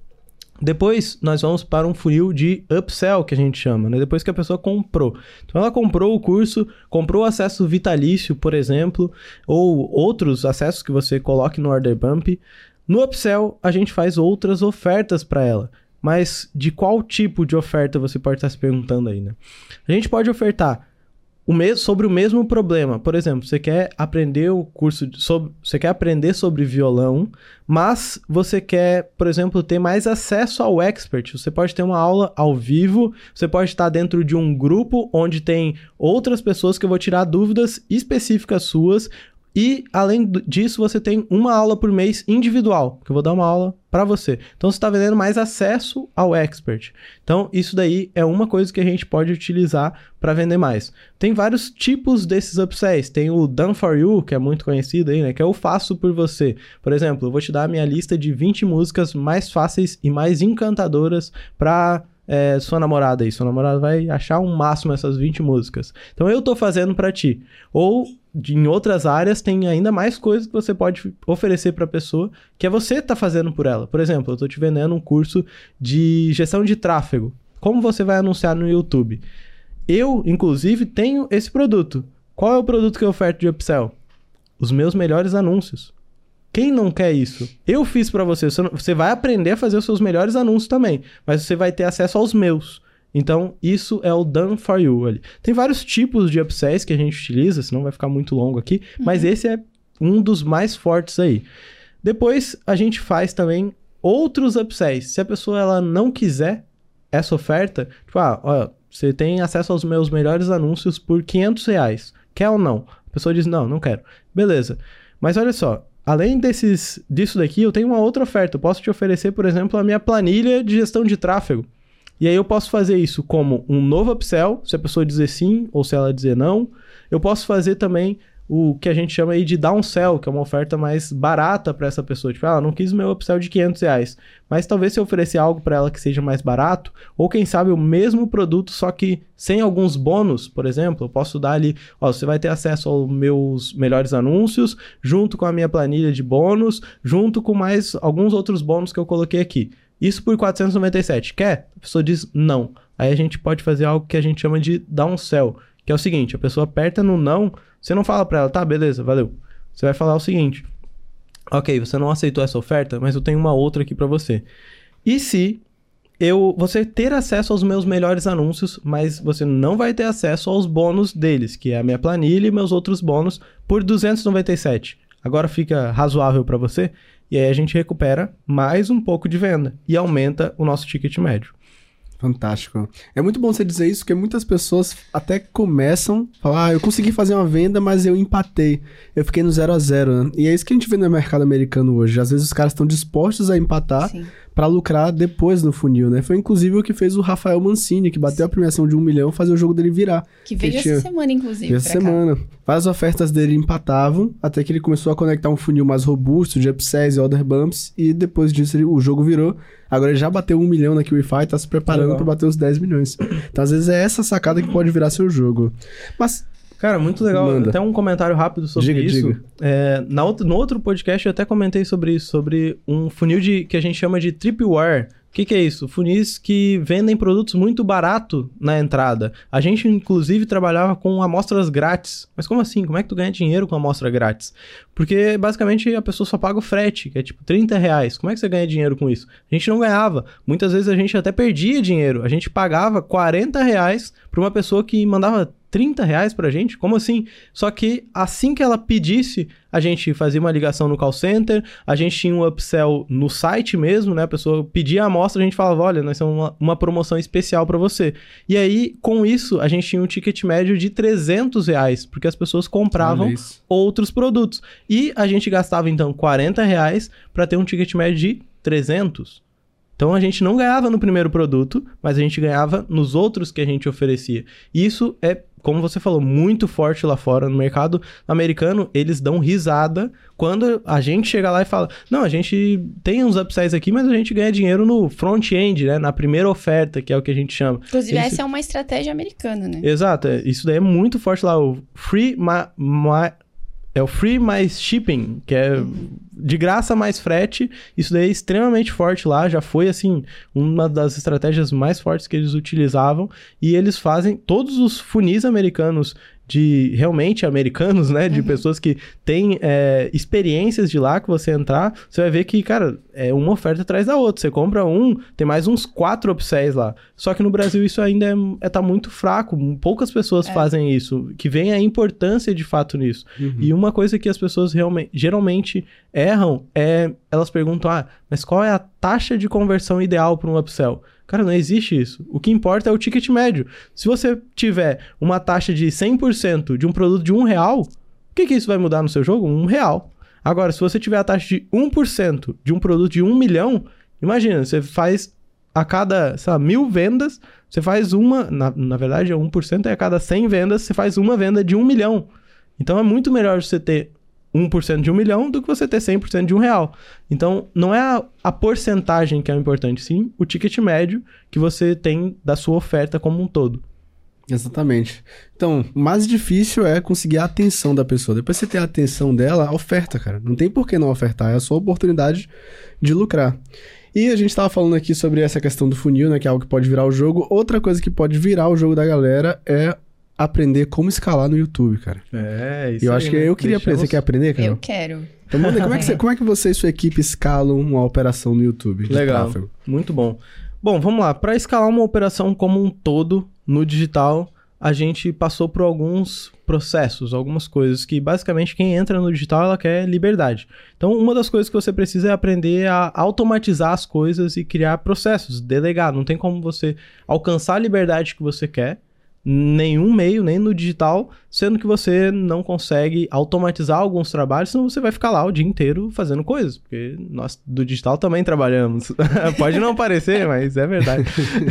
Depois, nós vamos para um funil de upsell, que a gente chama, né? Depois que a pessoa comprou. Então, ela comprou o curso, comprou o acesso vitalício, por exemplo, ou outros acessos que você coloque no Order Bump. No upsell, a gente faz outras ofertas para ela. Mas de qual tipo de oferta você pode estar se perguntando aí, né? A gente pode ofertar o mes- sobre o mesmo problema. Por exemplo, você quer aprender o curso de, sobre, você quer aprender sobre violão, mas você quer, por exemplo, ter mais acesso ao expert. Você pode ter uma aula ao vivo, você pode estar dentro de um grupo onde tem outras pessoas que eu vou tirar dúvidas específicas suas. E, além disso, você tem uma aula por mês individual, que eu vou dar uma aula para você. Então, você está vendendo mais acesso ao expert. Então, isso daí é uma coisa que a gente pode utilizar para vender mais. Tem vários tipos desses upsells. Tem o Done For You, que é muito conhecido aí, né? Que é o faço por você. Por exemplo, eu vou te dar a minha lista de vinte músicas mais fáceis e mais encantadoras para... É, sua namorada aí, sua namorada vai achar um máximo essas vinte músicas. Então eu tô fazendo pra ti. Ou de, em outras áreas tem ainda mais coisas que você pode oferecer pra pessoa, que é você tá fazendo por ela. Por exemplo, eu tô te vendendo um curso de gestão de tráfego. Como você vai anunciar no YouTube? Eu, inclusive, tenho esse produto. Qual é o produto que eu oferto de upsell? Os meus melhores anúncios. Quem não quer isso? Eu fiz pra você. Você vai aprender a fazer os seus melhores anúncios também, mas você vai ter acesso aos meus. Então, isso é o Done For You ali. Tem vários tipos de upsells que a gente utiliza, senão vai ficar muito longo aqui, uhum. Mas esse é um dos mais fortes aí. Depois, a gente faz também outros upsells. Se a pessoa ela não quiser essa oferta, tipo, ah, ó, você tem acesso aos meus melhores anúncios por quinhentos reais. Quer ou não? A pessoa diz, não, não quero. Beleza. Mas olha só, além desses, disso daqui, eu tenho uma outra oferta. Eu posso te oferecer, por exemplo, a minha planilha de gestão de tráfego. E aí eu posso fazer isso como um novo upsell, se a pessoa dizer sim ou se ela dizer não. Eu posso fazer também o que a gente chama aí de downsell, que é uma oferta mais barata para essa pessoa. Tipo, ela ah, não quis o meu upsell de quinhentos reais. Mas talvez se eu oferecer algo para ela que seja mais barato, ou quem sabe o mesmo produto, só que sem alguns bônus, por exemplo, eu posso dar ali, ó, você vai ter acesso aos meus melhores anúncios, junto com a minha planilha de bônus, junto com mais alguns outros bônus que eu coloquei aqui. Isso por quatrocentos e noventa e sete. Quer? A pessoa diz não. Aí a gente pode fazer algo que a gente chama de downsell, que é o seguinte, a pessoa aperta no não, você não fala pra ela, tá, beleza, valeu. Você vai falar o seguinte, ok, você não aceitou essa oferta, mas eu tenho uma outra aqui pra você. E se eu, você ter acesso aos meus melhores anúncios, mas você não vai ter acesso aos bônus deles, que é a minha planilha e meus outros bônus, por duzentos e noventa e sete. Agora fica razoável pra você? E aí a gente recupera mais um pouco de venda e aumenta o nosso ticket médio. Fantástico. É muito bom você dizer isso, porque muitas pessoas até começam a falar, ah, eu consegui fazer uma venda, mas eu empatei. Eu fiquei no zero a zero, né? E é isso que a gente vê no mercado americano hoje. Às vezes os caras estão dispostos a empatar para lucrar depois no funil, né? Foi inclusive o que fez o Rafael Mancini, que bateu Sim. a premiação de um milhão, fazer o jogo dele virar. Que veio essa semana, inclusive. Essa semana. Várias ofertas dele empatavam, até que ele começou a conectar um funil mais robusto, de upsells e order bumps, e depois disso ele, o jogo virou. Agora ele já bateu um milhão na QIFI e tá se preparando para bater os dez milhões. Então, às vezes, é essa sacada que pode virar seu jogo. Mas... Cara, muito legal. Manda. Até um comentário rápido sobre diga, isso. Diga. É, na outro, no outro podcast eu até comentei sobre isso, sobre um funil de, que a gente chama de tripwire. O que, que é isso? Funis que vendem produtos muito barato na entrada. A gente, inclusive, trabalhava com amostras grátis. Mas como assim? Como é que tu ganha dinheiro com amostra grátis? Porque, basicamente, a pessoa só paga o frete, que é tipo trinta reais. Como é que você ganha dinheiro com isso? A gente não ganhava. Muitas vezes a gente até perdia dinheiro. A gente pagava quarenta reais para uma pessoa que mandava trinta reais pra gente? Como assim? Só que assim que ela pedisse, a gente fazia uma ligação no call center, a gente tinha um upsell no site mesmo, né? A pessoa pedia a amostra, a gente falava, olha, nós temos uma, uma promoção especial para você. E aí, com isso, a gente tinha um ticket médio de trezentos reais, porque as pessoas compravam outros produtos. E a gente gastava, então, quarenta reais para ter um ticket médio de trezentos. Então, a gente não ganhava no primeiro produto, mas a gente ganhava nos outros que a gente oferecia. E isso é, como você falou, muito forte lá fora. No mercado americano, eles dão risada quando a gente chega lá e fala, não, a gente tem uns upsells aqui, mas a gente ganha dinheiro no front-end, né? Na primeira oferta, que é o que a gente chama. Inclusive, eles... essa é uma estratégia americana, né? Exato. Isso daí é muito forte lá. O free... Ma... Ma... É o free mais shipping, que é de graça mais frete. Isso daí é extremamente forte lá. Já foi, assim, uma das estratégias mais fortes que eles utilizavam. E eles fazem todos os funis americanos de realmente americanos, né? De uhum. pessoas que têm é, experiências de lá, que você entrar, você vai ver que, cara, é uma oferta atrás da outra. Você compra um, tem mais uns quatro upsells lá. Só que no Brasil isso ainda é, é, tá muito fraco. Poucas pessoas é. fazem isso, que vem a importância de fato nisso. Uhum. E uma coisa que as pessoas realmente, geralmente erram é, elas perguntam, ah, mas qual é a taxa de conversão ideal para um upsell? Cara, não existe isso. O que importa é o ticket médio. Se você tiver uma taxa de cem por cento de um produto de um real, o que, que isso vai mudar no seu jogo? Um real. Agora, se você tiver a taxa de um por cento de um produto de um milhão, imagina, você faz a cada, sei lá, mil vendas, você faz uma, na, na verdade, um por cento é a cada cem vendas, você faz uma venda de um milhão. Então, é muito melhor você ter um por cento de um milhão do que você ter cem por cento de um real. Então, não é a, a porcentagem que é o importante, sim o ticket médio que você tem da sua oferta como um todo. Exatamente. Então, o mais difícil é conseguir a atenção da pessoa. Depois que você tem a atenção dela, oferta, cara. Não tem por que não ofertar, é a sua oportunidade de lucrar. E a gente estava falando aqui sobre essa questão do funil, né, que é algo que pode virar o jogo. Outra coisa que pode virar o jogo da galera é aprender como escalar no YouTube, cara. É, isso E eu aí, acho que né? eu queria aprender. Você quer aprender, cara? Eu quero. Então, manda, como, é que você, como é que você e sua equipe escalam uma operação no YouTube? Legal, tráfego? Muito bom. Bom, vamos lá. Para escalar uma operação como um todo no digital, a gente passou por alguns processos, algumas coisas que basicamente quem entra no digital, ela quer liberdade. Então, uma das coisas que você precisa é aprender a automatizar as coisas e criar processos, delegar. Não tem como você alcançar a liberdade que você quer nenhum meio, nem no digital, sendo que você não consegue automatizar alguns trabalhos, senão você vai ficar lá o dia inteiro fazendo coisas, porque nós do digital também trabalhamos. Pode não parecer, mas é verdade.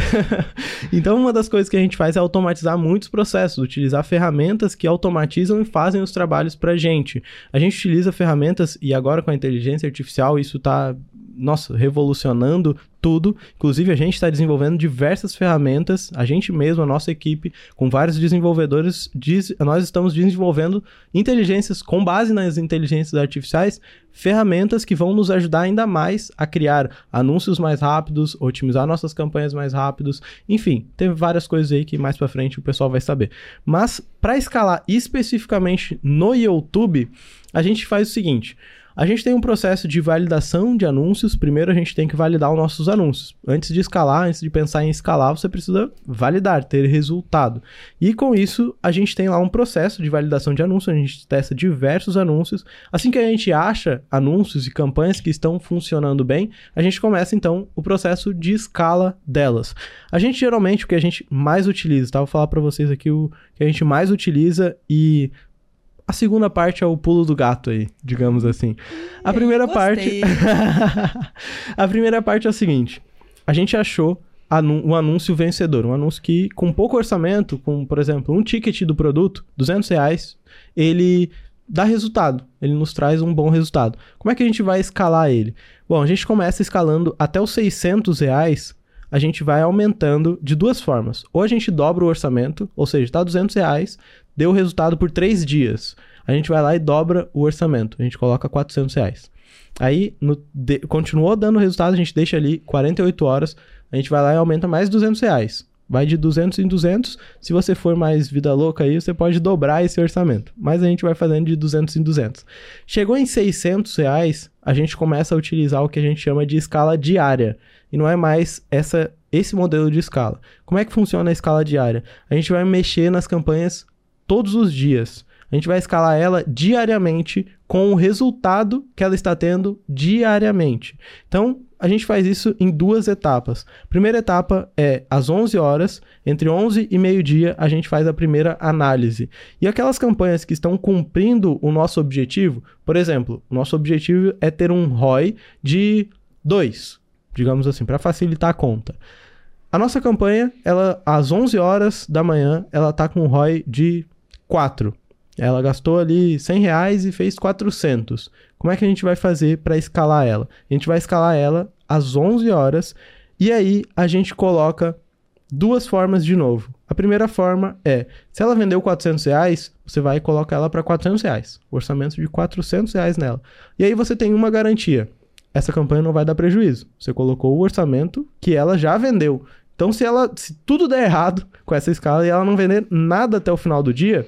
Então, uma das coisas que a gente faz é automatizar muitos processos, utilizar ferramentas que automatizam e fazem os trabalhos pra gente. A gente utiliza ferramentas, e agora com a inteligência artificial, isso tá, nossa, revolucionando tudo. Inclusive, a gente está desenvolvendo diversas ferramentas, a gente mesmo, a nossa equipe, com vários desenvolvedores, diz, nós estamos desenvolvendo inteligências, com base nas inteligências artificiais, ferramentas que vão nos ajudar ainda mais a criar anúncios mais rápidos, otimizar nossas campanhas mais rápidos, enfim, tem várias coisas aí que mais pra frente o pessoal vai saber. Mas, para escalar especificamente no YouTube, a gente faz o seguinte: a gente tem um processo de validação de anúncios. Primeiro a gente tem que validar os nossos anúncios. Antes de escalar, antes de pensar em escalar, você precisa validar, ter resultado. E com isso, a gente tem lá um processo de validação de anúncios, a gente testa diversos anúncios. Assim que a gente acha anúncios e campanhas que estão funcionando bem, a gente começa então o processo de escala delas. A gente geralmente, o que a gente mais utiliza, tá? Vou falar para vocês aqui o que a gente mais utiliza e... a segunda parte é o pulo do gato aí, digamos assim. A primeira parte... a primeira parte é o seguinte: a gente achou anu- um anúncio vencedor. Um anúncio que, com pouco orçamento, com, por exemplo, um ticket do produto, duzentos reais, ele dá resultado. Ele nos traz um bom resultado. Como é que a gente vai escalar ele? Bom, a gente começa escalando até os seiscentos reais. A gente vai aumentando de duas formas. Ou a gente dobra o orçamento, ou seja, está duzentos reais, deu o resultado por três dias. A gente vai lá e dobra o orçamento. A gente coloca quatrocentos reais. Aí, no, de, continuou dando resultado, a gente deixa ali quarenta e oito horas. A gente vai lá e aumenta mais duzentos reais. Vai de duzentos em duzentos. Se você for mais vida louca aí, você pode dobrar esse orçamento. Mas a gente vai fazendo de duzentos em duzentos. Chegou em seiscentos reais, a gente começa a utilizar o que a gente chama de escala diária. E não é mais essa, esse modelo de escala. Como é que funciona a escala diária? A gente vai mexer nas campanhas todos os dias. A gente vai escalar ela diariamente com o resultado que ela está tendo diariamente. Então, a gente faz isso em duas etapas. Primeira etapa é às onze horas, entre onze e meio-dia, a gente faz a primeira análise. E aquelas campanhas que estão cumprindo o nosso objetivo, por exemplo, o nosso objetivo é ter um R O I de dois, digamos assim, para facilitar a conta. A nossa campanha, ela às onze horas da manhã, ela está com um R O I de quatro. Ela gastou ali cem reais e fez quatrocentos. Como é que a gente vai fazer para escalar ela? A gente vai escalar ela às onze horas e aí a gente coloca duas formas de novo. A primeira forma é, se ela vendeu quatrocentos reais, você vai e coloca ela para quatrocentos reais. Orçamento de quatrocentos reais nela. E aí você tem uma garantia. Essa campanha não vai dar prejuízo. Você colocou o orçamento que ela já vendeu. Então se, ela, se tudo der errado com essa escala e ela não vender nada até o final do dia,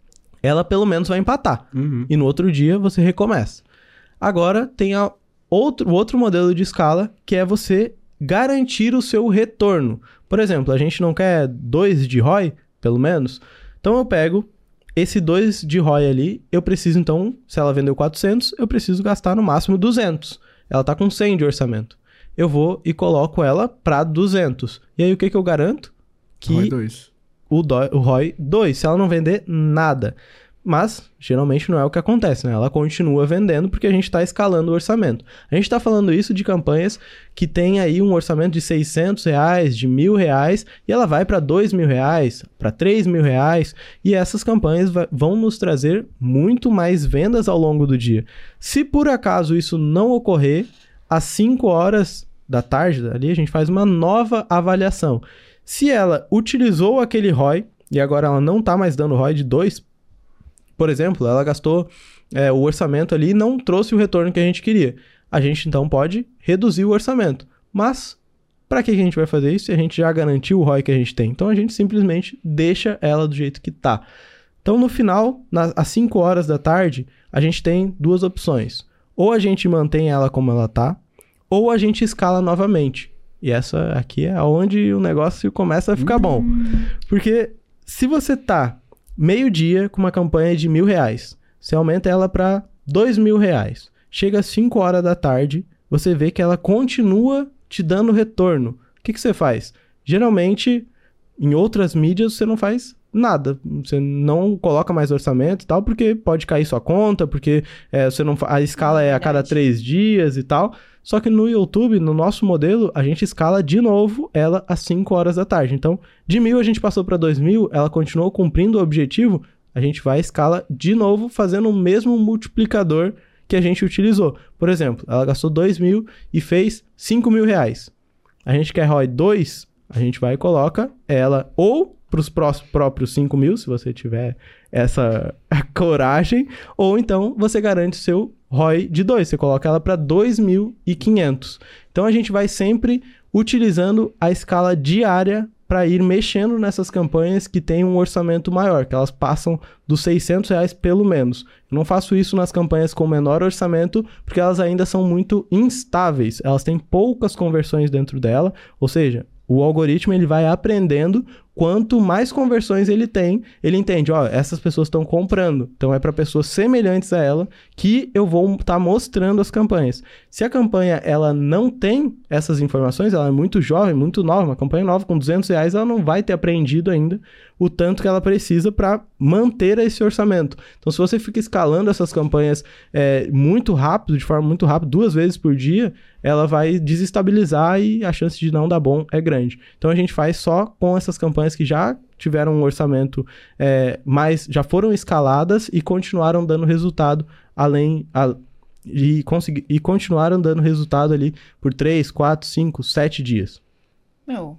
ela pelo menos vai empatar. Uhum. E no outro dia você recomeça. Agora tem a outro, outro modelo de escala, que é você garantir o seu retorno. Por exemplo, a gente não quer dois de R O I, pelo menos. Então eu pego esse dois de R O I ali, eu preciso então, se ela vendeu quatrocentos, eu preciso gastar no máximo duzentos. Ela está com cem de orçamento. Eu vou e coloco ela para duzentos. E aí o que, que eu garanto? Que... R O I dois. O, do, o R O I dois, se ela não vender nada. Mas, geralmente, não é o que acontece, né? Ela continua vendendo porque a gente está escalando o orçamento. A gente está falando isso de campanhas que tem aí um orçamento de seiscentos reais, de mil reais, e ela vai para dois mil reais, para três mil reais, e essas campanhas vai, vão nos trazer muito mais vendas ao longo do dia. Se por acaso isso não ocorrer, às cinco horas da tarde, ali a gente faz uma nova avaliação. Se ela utilizou aquele R O I e agora ela não está mais dando R O I de dois, por exemplo, ela gastou é, o orçamento ali e não trouxe o retorno que a gente queria. A gente então pode reduzir o orçamento. Mas para que a gente vai fazer isso se a gente já garantiu o R O I que a gente tem? Então a gente simplesmente deixa ela do jeito que está. Então no final, nas, às cinco horas da tarde, a gente tem duas opções. Ou a gente mantém ela como ela está, ou a gente escala novamente. E essa aqui é onde o negócio começa a ficar bom. Porque se você tá meio-dia com uma campanha de mil reais, você aumenta ela para dois mil reais. Chega às cinco horas da tarde, você vê que ela continua te dando retorno. O que, que você faz? Geralmente, em outras mídias, você não faz nada. Você não coloca mais orçamento e tal, porque pode cair sua conta, porque é, você não, a escala é a cada três dias e tal. Só que no YouTube, no nosso modelo, a gente escala de novo ela às cinco horas da tarde. Então, de mil a gente passou para dois mil, ela continuou cumprindo o objetivo, a gente vai escala de novo fazendo o mesmo multiplicador que a gente utilizou. Por exemplo, ela gastou dois mil e fez cinco mil reais. A gente quer R O I dois, a gente vai e coloca ela ou para os próprios cinco mil, se você tiver essa coragem, ou então você garante o seu R O I de dois, você coloca ela para dois mil e quinhentos. Então a gente vai sempre utilizando a escala diária para ir mexendo nessas campanhas que têm um orçamento maior, que elas passam dos seiscentos reais pelo menos. Eu não faço isso nas campanhas com menor orçamento, porque elas ainda são muito instáveis, elas têm poucas conversões dentro dela, ou seja, o algoritmo ele vai aprendendo, quanto mais conversões ele tem, ele entende, ó, essas pessoas estão comprando, então é para pessoas semelhantes a ela que eu vou estar tá mostrando as campanhas. Se a campanha ela não tem essas informações, ela é muito jovem, muito nova, uma campanha nova com duzentos reais, ela não vai ter aprendido ainda o tanto que ela precisa para manter esse orçamento. Então se você fica escalando essas campanhas é, muito rápido, de forma muito rápida, duas vezes por dia, ela vai desestabilizar e a chance de não dar bom é grande. Então a gente faz só com essas campanhas que já tiveram um orçamento é, mais, já foram escaladas e continuaram dando resultado além a, e, consegui, e continuaram dando resultado ali por três, quatro, cinco, sete dias. Meu,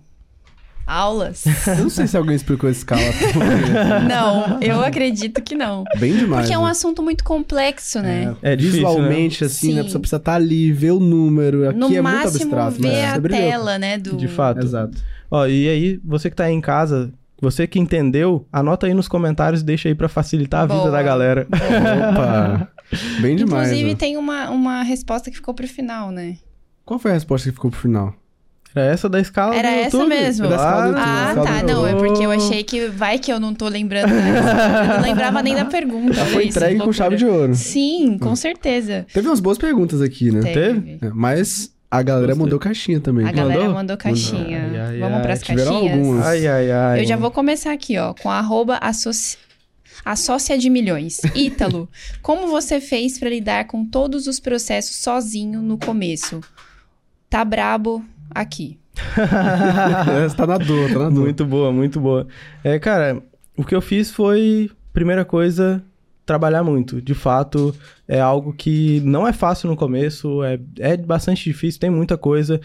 aulas. Eu não sei se alguém explicou essa escala. Não, eu acredito que não. Bem demais. Porque é um né? assunto muito complexo, né? É, é difícil, visualmente, né? assim, Sim. né? A pessoa precisa estar ali, ver o número. Aqui No é muito máximo, abstrato. ver né? a Você brilhou. tela, né? Do... De fato. Exato. Ó, e aí, você que tá aí em casa, você que entendeu, anota aí nos comentários e deixa aí pra facilitar a Boa. vida da galera. Opa! Bem demais. Inclusive, né? tem uma, uma resposta que ficou pro final, né? Qual foi a resposta que ficou pro final? Era essa da escala Era do essa YouTube? mesmo? É da escala do YouTube, Ah, da escala tá. do Não, é YouTube. porque eu achei que vai que eu não tô lembrando. Da... Eu não lembrava nem da pergunta. Já olha foi isso, entregue que com loucura. chave de ouro. Sim, com certeza. Teve umas boas perguntas aqui, né? Teve. É, mas a galera Gostei. mandou caixinha também. A galera Mandou? mandou caixinha. Ai, ai, Vamos ai. pras Tiveram caixinhas? algumas. Ai, ai, ai. Eu já vou começar aqui, ó, com arroba associ... a sócia de milhões. Ítalo, como você fez pra lidar com todos os processos sozinho no começo? Tá brabo aqui. Essa tá na dor, tá na dor. Muito boa, muito boa. É, cara, o que eu fiz foi, primeira coisa, trabalhar muito. De fato, é algo que não é fácil no começo, é, é bastante difícil, tem muita coisa.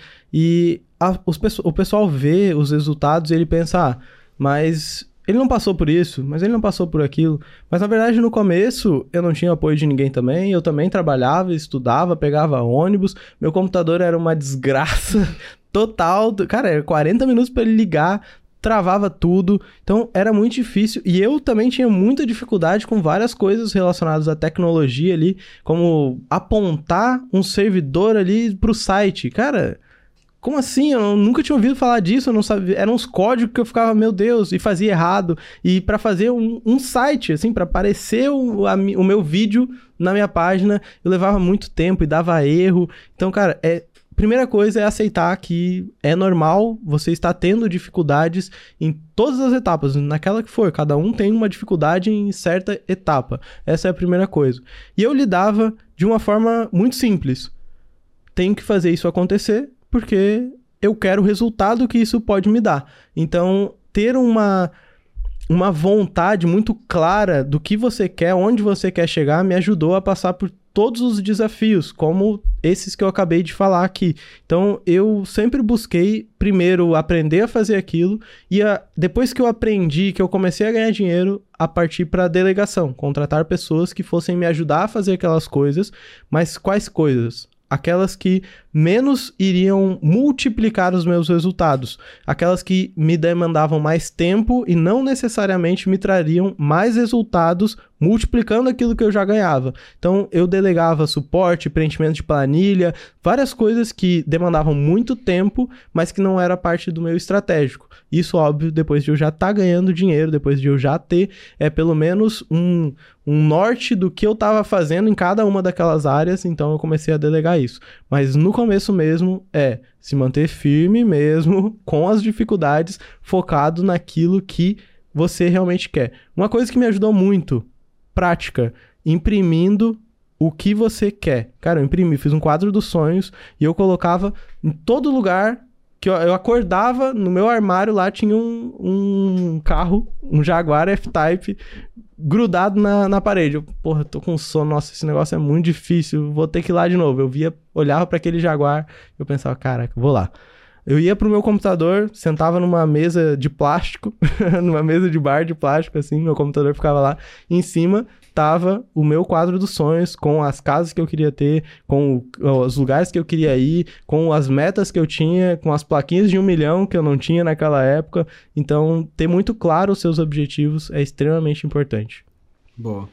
E a, os, o pessoal vê os resultados e ele pensa, ah, mas ele não passou por isso, mas ele não passou por aquilo. Mas, na verdade, no começo, eu não tinha apoio de ninguém também. Eu também trabalhava, estudava, pegava ônibus. Meu computador era uma desgraça total. Cara, era quarenta minutos para ele ligar, travava tudo. Então, era muito difícil. E eu também tinha muita dificuldade com várias coisas relacionadas à tecnologia ali, como apontar um servidor ali pro site. Cara... Como assim? Eu nunca tinha ouvido falar disso, eu não sabia. Eram uns códigos que eu ficava, meu Deus, e fazia errado. E pra fazer um, um site, assim, pra aparecer o, a, o meu vídeo na minha página, eu levava muito tempo e dava erro. Então, cara, é, primeira coisa é aceitar que é normal você estar tendo dificuldades em todas as etapas, naquela que for. Cada um tem uma dificuldade em certa etapa. Essa é a primeira coisa. E eu lidava de uma forma muito simples. Tenho que fazer isso acontecer, porque eu quero o resultado que isso pode me dar. Então, ter uma, uma vontade muito clara do que você quer, onde você quer chegar, me ajudou a passar por todos os desafios, como esses que eu acabei de falar aqui. Então, eu sempre busquei, primeiro, aprender a fazer aquilo, e a, depois que eu aprendi, que eu comecei a ganhar dinheiro, a partir para a delegação, contratar pessoas que fossem me ajudar a fazer aquelas coisas. Mas quais coisas? Aquelas que menos iriam multiplicar os meus resultados. Aquelas que me demandavam mais tempo e não necessariamente me trariam mais resultados multiplicando aquilo que eu já ganhava. Então, eu delegava suporte, preenchimento de planilha, várias coisas que demandavam muito tempo, mas que não era parte do meu estratégico. Isso, óbvio, depois de eu já estar ganhando dinheiro, depois de eu já ter é, pelo menos um, um norte do que eu estava fazendo em cada uma daquelas áreas, então eu comecei a delegar isso. Mas no começo mesmo é se manter firme mesmo, com as dificuldades, focado naquilo que você realmente quer. Uma coisa que me ajudou muito, prática, imprimindo o que você quer. Cara, eu imprimi, fiz um quadro dos sonhos e eu colocava em todo lugar que eu, eu acordava, no meu armário lá tinha um, um carro, um Jaguar F-Type grudado na, na parede. Eu, porra, tô com sono, nossa, esse negócio é muito difícil, vou ter que ir lá de novo. Eu via, olhava para aquele Jaguar, eu pensava, caraca, vou lá. Eu ia pro meu computador, sentava numa mesa de plástico, numa mesa de bar de plástico, assim, meu computador ficava lá, e em cima tava o meu quadro dos sonhos, com as casas que eu queria ter, com os lugares que eu queria ir, com as metas que eu tinha, com as plaquinhas de um milhão que eu não tinha naquela época. Então, ter muito claro os seus objetivos é extremamente importante. Boa.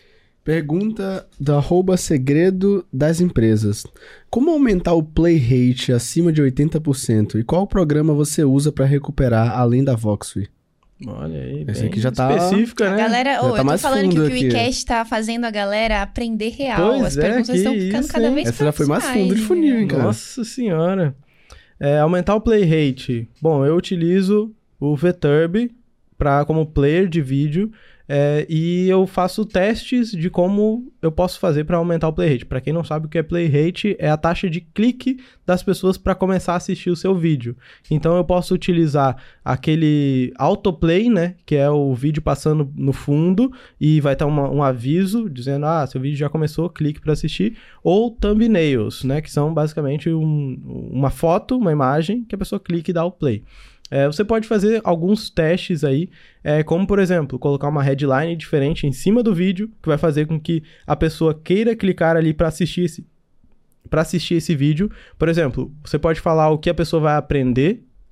Pergunta do arroba segredo das empresas. Como aumentar o play rate acima de oitenta por cento? E qual programa você usa para recuperar além da Voxway? Olha aí, Esse bem aqui já tá- específica, A né? galera, Já oh, tá eu tô mais falando que fundo o aqui. QICast tá fazendo a galera aprender real. Pois As é, perguntas que estão ficando isso, cada hein? vez Essa já foi mais fundo de profissionais, funil, hein, né? cara? Nossa senhora. É, aumentar o play rate. Bom, eu utilizo o VTurb pra, como player de vídeo. É, e eu faço testes de como eu posso fazer para aumentar o play rate. Para quem não sabe o que é play rate, é a taxa de clique das pessoas para começar a assistir o seu vídeo. Então eu posso utilizar aquele autoplay, né, que é o vídeo passando no fundo e vai estar uma, um aviso dizendo, ah, seu vídeo já começou, clique para assistir, ou thumbnails, né, que são basicamente um, uma foto, uma imagem que a pessoa clica e dá o play. É, você pode fazer alguns testes aí, é, como, por exemplo, colocar uma headline diferente em cima do vídeo, que vai fazer com que a pessoa queira clicar ali para assistir esse, para assistir esse vídeo. Por exemplo, você pode falar o que a pessoa vai aprender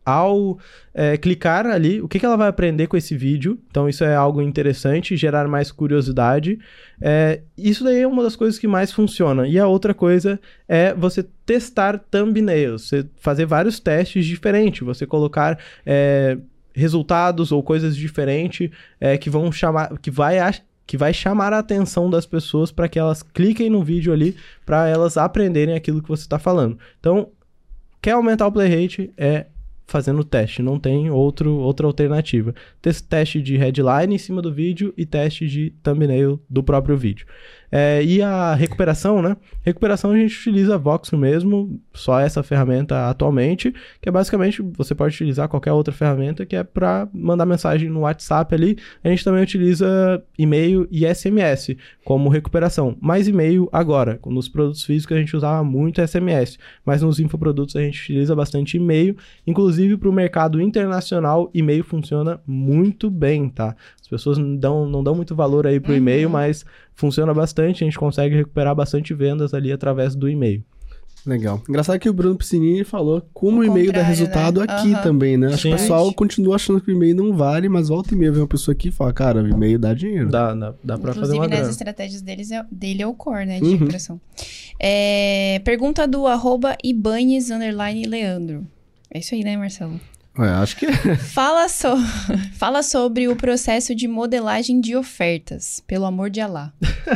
ao é, clicar ali, o que, que ela vai aprender com esse vídeo. Então isso é algo interessante, gerar mais curiosidade. É, isso daí é uma das coisas que mais funciona. E a outra coisa é você testar thumbnails, você fazer vários testes diferentes, você colocar é, resultados ou coisas diferentes é, que vão chamar, que vai que vai chamar a atenção das pessoas para que elas cliquem no vídeo ali, para elas aprenderem aquilo que você está falando. Então, quer aumentar o play rate? É fazendo teste, não tem outro, outra alternativa. Teste de headline em cima do vídeo e teste de thumbnail do próprio vídeo. É, e a recuperação, né? Recuperação a gente utiliza a Voxer mesmo, só essa ferramenta atualmente, que é basicamente, você pode utilizar qualquer outra ferramenta que é para mandar mensagem no WhatsApp ali. A gente também utiliza e-mail e S M S como recuperação. Mais e-mail agora, nos produtos físicos a gente usava muito S M S, mas nos infoprodutos a gente utiliza bastante e-mail, inclusive para o mercado internacional, e-mail funciona muito bem, tá? As pessoas não dão, não dão muito valor aí pro uhum. e-mail, mas funciona bastante, a gente consegue recuperar bastante vendas ali através do e-mail. Legal. Engraçado que o Bruno Piscinini falou como o, o e-mail dá resultado, né? Aqui uhum. também, né? Acho que o pessoal continua achando que o e-mail não vale, mas volta e meia vem uma pessoa aqui e fala, cara, o e-mail dá dinheiro. Dá, dá, dá pra Inclusive, fazer uma nas grana. estratégias deles é, dele é o core, né? De uhum. recuperação. É, pergunta do arroba Ibanez underline Leandro. É isso aí, né, Marcelo? Ué, acho que é. Fala, so... Fala sobre o processo de modelagem de ofertas, pelo amor de Alá.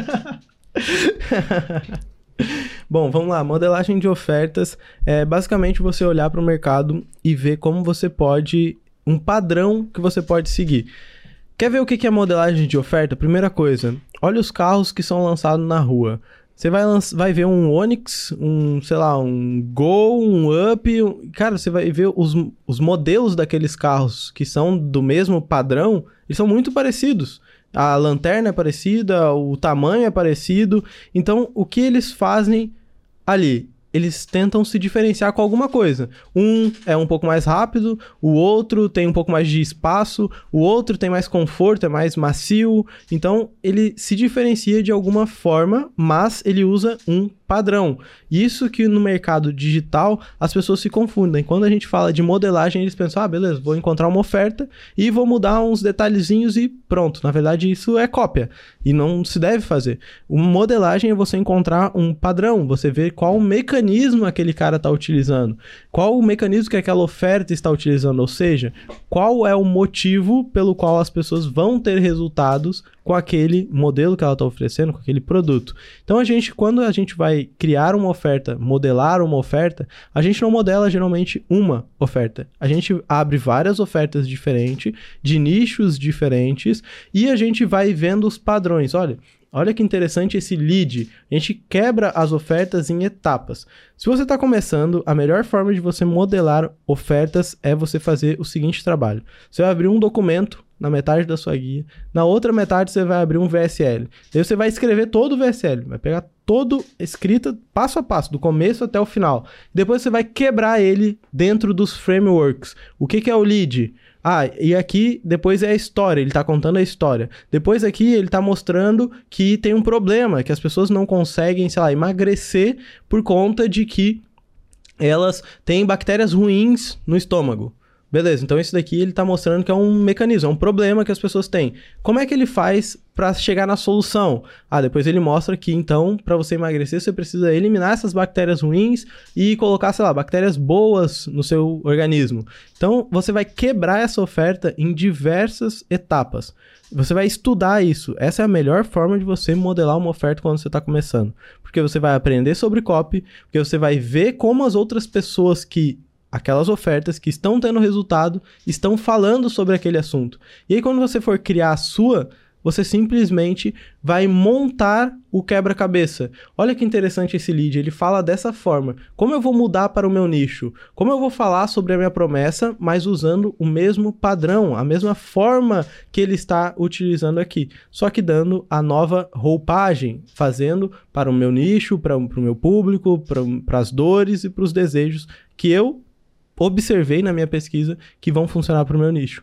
Bom, vamos lá. Modelagem de ofertas é basicamente você olhar para o mercado e ver como você pode... um padrão que você pode seguir. Quer ver o que é modelagem de oferta? Primeira coisa, olha os carros que são lançados na rua. Você vai, lanç... vai ver um Onix, um, sei lá, um Gol, um Up... Um... Cara, você vai ver os, os modelos daqueles carros que são do mesmo padrão, eles são muito parecidos. A lanterna é parecida, o tamanho é parecido. Então, o que eles fazem ali? Eles tentam se diferenciar com alguma coisa. Um é um pouco mais rápido, o outro tem um pouco mais de espaço, o outro tem mais conforto, é mais macio. Então, ele se diferencia de alguma forma, mas ele usa um padrão. Isso que no mercado digital as pessoas se confundem. Quando a gente fala de modelagem, eles pensam, ah, beleza, vou encontrar uma oferta e vou mudar uns detalhezinhos e pronto. Na verdade, isso é cópia e não se deve fazer. Uma modelagem é você encontrar um padrão, você ver qual o mecanismo aquele cara está utilizando, qual o mecanismo que aquela oferta está utilizando, ou seja, qual é o motivo pelo qual as pessoas vão ter resultados com aquele modelo que ela está oferecendo, com aquele produto. Então, a gente, quando a gente vai criar uma oferta, modelar uma oferta, a gente não modela geralmente uma oferta. A gente abre várias ofertas diferentes, de nichos diferentes, e a gente vai vendo os padrões. Olha, olha que interessante esse lead. A gente quebra as ofertas em etapas. Se você está começando, a melhor forma de você modelar ofertas é você fazer o seguinte trabalho. Você vai abrir um documento na metade da sua guia, na outra metade você vai abrir um V S L. Daí você vai escrever todo o V S L, vai pegar todo escrita passo a passo, do começo até o final. Depois você vai quebrar ele dentro dos frameworks. O que, que é o lead? Ah, e aqui depois é a história, ele está contando a história. Depois aqui ele está mostrando que tem um problema, que as pessoas não conseguem, sei lá, emagrecer por conta de que elas têm bactérias ruins no estômago. Beleza, então esse daqui ele tá mostrando que é um mecanismo, é um problema que as pessoas têm. Como é que ele faz para chegar na solução? Ah, depois ele mostra que então, para você emagrecer, você precisa eliminar essas bactérias ruins e colocar, sei lá, bactérias boas no seu organismo. Então, você vai quebrar essa oferta em diversas etapas. Você vai estudar isso. Essa é a melhor forma de você modelar uma oferta quando você está começando. Porque você vai aprender sobre copy, porque você vai ver como as outras pessoas que aquelas ofertas que estão tendo resultado, estão falando sobre aquele assunto. E aí, quando você for criar a sua, você simplesmente vai montar o quebra-cabeça. Olha que interessante esse lead, ele fala dessa forma. Como eu vou mudar para o meu nicho? Como eu vou falar sobre a minha promessa, mas usando o mesmo padrão, a mesma forma que ele está utilizando aqui, só que dando a nova roupagem, fazendo para o meu nicho, para o meu público, para, para as dores e para os desejos que eu observei na minha pesquisa que vão funcionar para o meu nicho.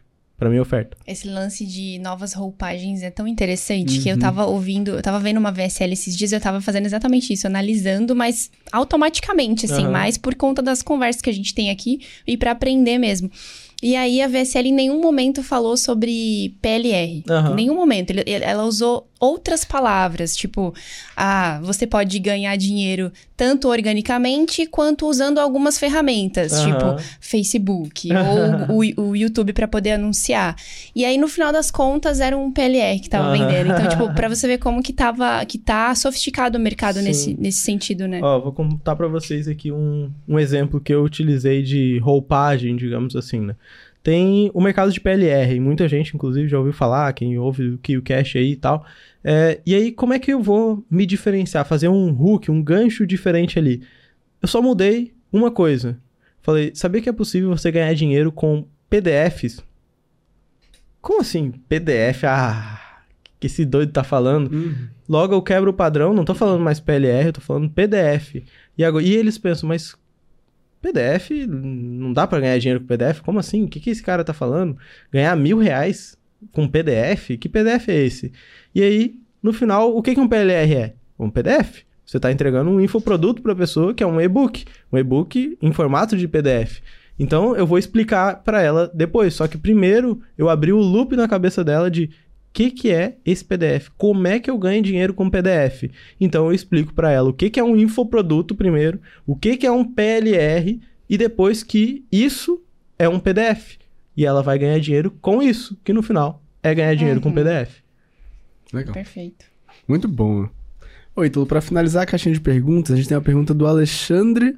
para minha oferta. Esse lance de novas roupagens é tão interessante uhum. que eu tava ouvindo, eu tava vendo uma V S L esses dias, eu tava fazendo exatamente isso, analisando, mas automaticamente, assim, uhum. mais por conta das conversas que a gente tem aqui e pra aprender mesmo. E aí a V S L em nenhum momento falou sobre P L R. Uhum. Em nenhum momento. Ele, ela usou outras palavras, tipo, ah, você pode ganhar dinheiro tanto organicamente quanto usando algumas ferramentas, uhum. tipo Facebook ou o, o YouTube para poder anunciar. E aí, no final das contas, era um P L R que tava uhum. vendendo. Então, tipo, pra você ver como que, tava, que tá sofisticado o mercado nesse, nesse sentido, né? Ó, vou contar pra vocês aqui um, um exemplo que eu utilizei de roupagem, digamos assim, né? Tem o mercado de P L R, muita gente, inclusive, já ouviu falar, quem ouve o KiwiCast aí e tal. É, e aí, como é que eu vou me diferenciar? Fazer um hook, um gancho diferente ali? Eu só mudei uma coisa. Falei, sabia que é possível você ganhar dinheiro com P D Fs? Como assim? P D F? Ah, que esse doido tá falando. Uhum. Logo eu quebro o padrão, não tô falando mais P L R, eu tô falando P D F. E, agora, e eles pensam, mas P D F, não dá pra ganhar dinheiro com P D F? Como assim? O que, que esse cara tá falando? Ganhar mil reais com P D F? Que P D F é esse? E aí, no final, o que, que um P L R é? Um P D F. Você tá entregando um infoproduto pra pessoa que é um e-book. Um e-book em formato de P D F. Então, eu vou explicar pra ela depois. Só que primeiro, eu abri o loop na cabeça dela de o que, que é esse P D F? Como é que eu ganho dinheiro com P D F? Então, eu explico pra ela o que, que é um infoproduto primeiro, o que, que é um P L R e depois que isso é um P D F. E ela vai ganhar dinheiro com isso, que no final é ganhar dinheiro uhum. com P D F. Legal. Perfeito. Muito bom. Oi, Ítalo, pra finalizar a caixinha de perguntas, a gente tem uma pergunta do Alexandre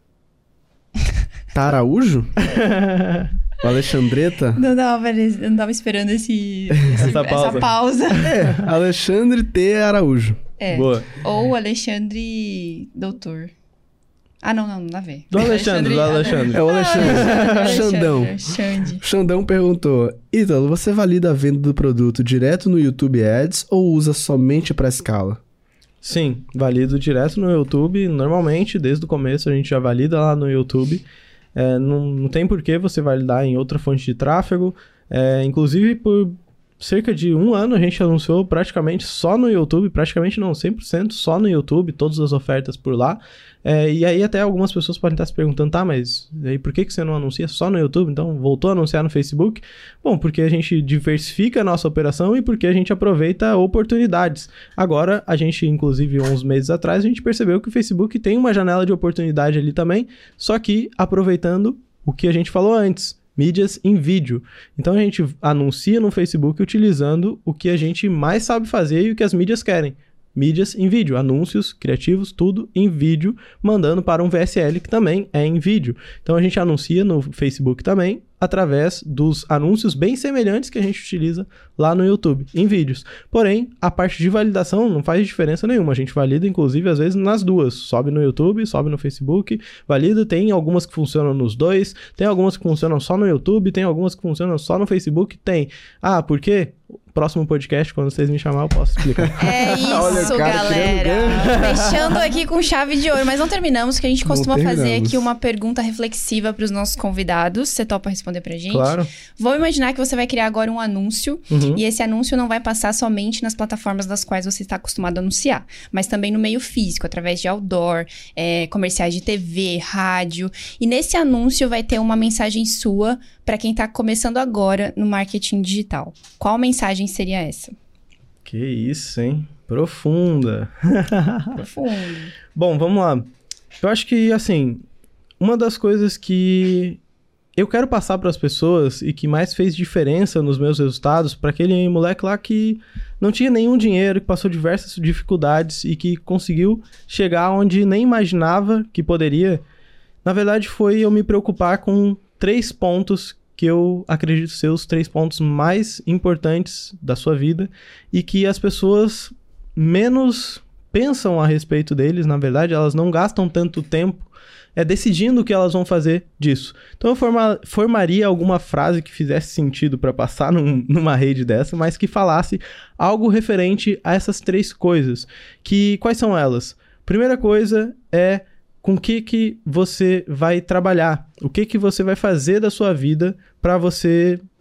Taraújo? O Alexandreta? Não tava, não tava esperando esse, esse, essa pausa. Essa pausa. É, Alexandre T. Araújo. É. Boa. Ou Alexandre Doutor. Ah, não, não, não dá a ver. Do Alexandre, do Alexandre. É o Alexandre. Ah, Xandão. Xande. Xandão perguntou, Ítalo, você valida a venda do produto direto no YouTube Ads ou usa somente para escala? Sim, valido direto no YouTube. Normalmente, desde o começo, a gente já valida lá no YouTube. É, não, não tem por que você validar em outra fonte de tráfego. É, inclusive, por cerca de um ano, a gente anunciou praticamente só no YouTube. Praticamente não, cem por cento só no YouTube. Todas as ofertas por lá. É, e aí até algumas pessoas podem estar se perguntando, tá, mas aí por que, que você não anuncia só no YouTube? Então, voltou a anunciar no Facebook? Bom, porque a gente diversifica a nossa operação e porque a gente aproveita oportunidades. Agora, a gente, inclusive, uns meses atrás, a gente percebeu que o Facebook tem uma janela de oportunidade ali também, só que aproveitando o que a gente falou antes, mídias em vídeo. Então, a gente anuncia no Facebook utilizando o que a gente mais sabe fazer e o que as mídias querem. Mídias em vídeo, anúncios, criativos, tudo em vídeo, mandando para um V S L que também é em vídeo. Então a gente anuncia no Facebook também, através dos anúncios bem semelhantes que a gente utiliza lá no YouTube, em vídeos. Porém, a parte de validação não faz diferença nenhuma. A gente valida, inclusive, às vezes nas duas. Sobe no YouTube, sobe no Facebook, valida. Tem algumas que funcionam nos dois, tem algumas que funcionam só no YouTube, tem algumas que funcionam só no Facebook. Tem. Ah, por quê? Próximo podcast, quando vocês me chamarem, eu posso explicar. É isso, Olha, cara, galera. Fechando aqui com chave de ouro. Mas não terminamos, que a gente costuma fazer aqui uma pergunta reflexiva para os nossos convidados. Você topa responder pra gente? Claro. Vamos imaginar que você vai criar agora um anúncio. Uhum. E esse anúncio não vai passar somente nas plataformas das quais você está acostumado a anunciar. Mas também no meio físico, através de outdoor, é, comerciais de T V, rádio. E nesse anúncio vai ter uma mensagem sua para quem está começando agora no marketing digital. Qual mensagem seria essa? Que isso, hein? Profunda. Profunda. Bom, vamos lá. Eu acho que, assim, uma das coisas que eu quero passar para as pessoas e que mais fez diferença nos meus resultados, para aquele moleque lá que não tinha nenhum dinheiro, que passou diversas dificuldades e que conseguiu chegar onde nem imaginava que poderia, na verdade foi eu me preocupar com três pontos que eu acredito ser os três pontos mais importantes da sua vida e que as pessoas menos pensam a respeito deles. Na verdade, elas não gastam tanto tempo é, decidindo o que elas vão fazer disso. Então eu forma, formaria alguma frase que fizesse sentido para passar num, numa rede dessa, mas que falasse algo referente a essas três coisas. Que, quais são elas? Primeira coisa é com o que, que você vai trabalhar, o que, que você vai fazer da sua vida para você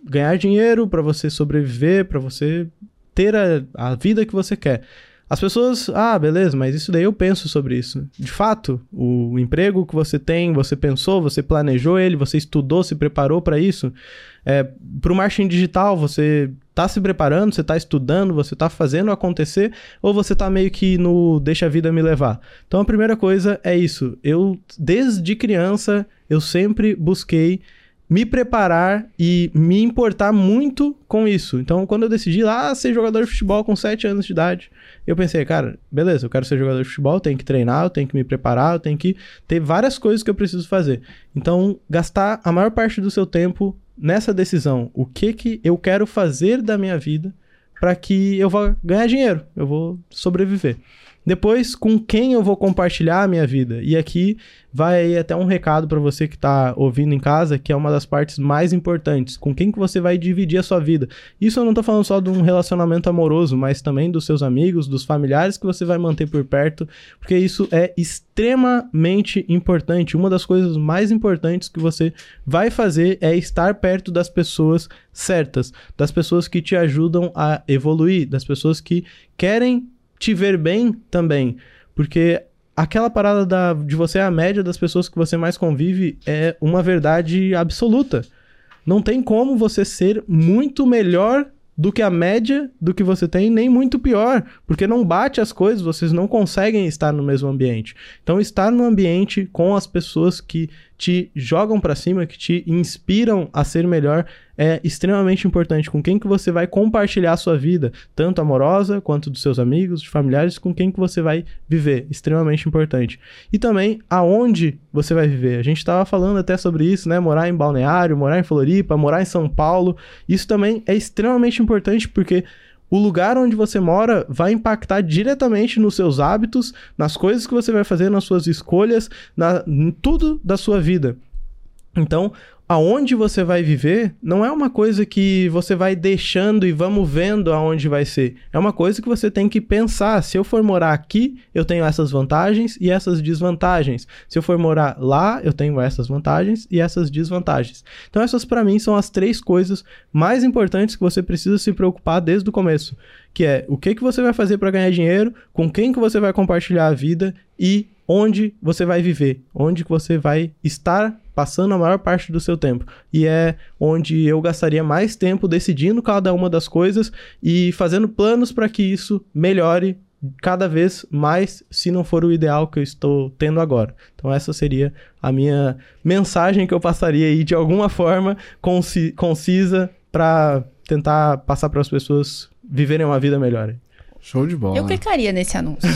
ganhar dinheiro, para você sobreviver, para você ter a, a vida que você quer. As pessoas, ah, beleza, mas isso daí eu penso sobre isso. De fato, o emprego que você tem, você pensou, você planejou ele, você estudou, se preparou para isso. É, para o marketing digital, você está se preparando, você está estudando, você está fazendo acontecer, ou você está meio que no deixa a vida me levar? Então a primeira coisa é isso. Eu, desde criança, eu sempre busquei me preparar e me importar muito com isso. Então, quando eu decidi lá ser jogador de futebol com sete anos de idade, eu pensei, cara, beleza, eu quero ser jogador de futebol, eu tenho que treinar, eu tenho que me preparar, eu tenho que ter várias coisas que eu preciso fazer. Então, gastar a maior parte do seu tempo nessa decisão. O que que eu quero fazer da minha vida para que eu vá ganhar dinheiro, eu vou sobreviver. Depois, com quem eu vou compartilhar a minha vida? E aqui vai aí até um recado para você que está ouvindo em casa, que é uma das partes mais importantes. Com quem que você vai dividir a sua vida? Isso eu não estou falando só de um relacionamento amoroso, mas também dos seus amigos, dos familiares que você vai manter por perto, porque isso é extremamente importante. Uma das coisas mais importantes que você vai fazer é estar perto das pessoas certas, das pessoas que te ajudam a evoluir, das pessoas que querem te ver bem também, porque aquela parada da, de você a média das pessoas que você mais convive é uma verdade absoluta. Não tem como você ser muito melhor do que a média do que você tem, nem muito pior, porque não bate as coisas, vocês não conseguem estar no mesmo ambiente. Então, estar no ambiente com as pessoas que te jogam pra cima, que te inspiram a ser melhor, é extremamente importante. Com quem que você vai compartilhar a sua vida, tanto amorosa, quanto dos seus amigos, de familiares, com quem que você vai viver, extremamente importante. E também, aonde você vai viver. A gente estava falando até sobre isso, né? Morar em Balneário, morar em Floripa, morar em São Paulo. Isso também é extremamente importante, porque o lugar onde você mora vai impactar diretamente nos seus hábitos, nas coisas que você vai fazer, nas suas escolhas, na, em tudo da sua vida. Então, aonde você vai viver não é uma coisa que você vai deixando e vamos vendo aonde vai ser. É uma coisa que você tem que pensar. Se eu for morar aqui, eu tenho essas vantagens e essas desvantagens. Se eu for morar lá, eu tenho essas vantagens e essas desvantagens. Então essas para mim são as três coisas mais importantes que você precisa se preocupar desde o começo. Que é o que, que você vai fazer para ganhar dinheiro, com quem que você vai compartilhar a vida e onde você vai viver, onde que você vai estar passando a maior parte do seu tempo. E é onde eu gastaria mais tempo decidindo cada uma das coisas e fazendo planos para que isso melhore cada vez mais, se não for o ideal que eu estou tendo agora. Então essa seria a minha mensagem que eu passaria aí de alguma forma conci- concisa para tentar passar para as pessoas viverem uma vida melhor. Show de bola. Eu clicaria nesse anúncio.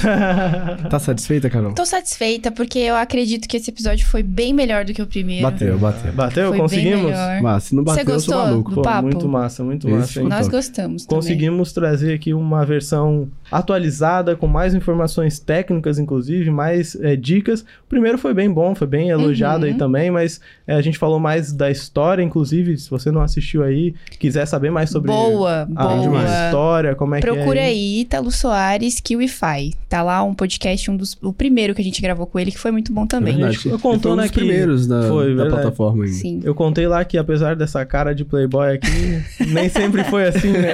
Tá satisfeita, Carol? Tô satisfeita, porque eu acredito que esse episódio foi bem melhor do que o primeiro. Bateu, bateu. Bateu? Foi Conseguimos? bem melhor. Mas se não bateu, Você eu sou gostou maluco. do Pô, papo? muito massa, muito Esse massa. foi hein? Nós top. gostamos também. Conseguimos trazer aqui uma versão atualizada, com mais informações técnicas, inclusive, mais é, dicas. O primeiro foi bem bom, foi bem elogiado Uhum. aí também, mas é, a gente falou mais da história, inclusive, se você não assistiu aí, quiser saber mais sobre Boa, a boa. história, como é Procura que é. aí, Ítalo Soares, Kiwify. Tá lá um podcast, um dos, o primeiro que a gente gravou com ele, que foi muito bom também. É verdade. Eu contou, Ele foi um né, dos que- primeiros da, Foi, da verdade. plataforma ainda. Sim. Eu contei lá que, apesar dessa cara de playboy aqui, nem sempre foi assim, né?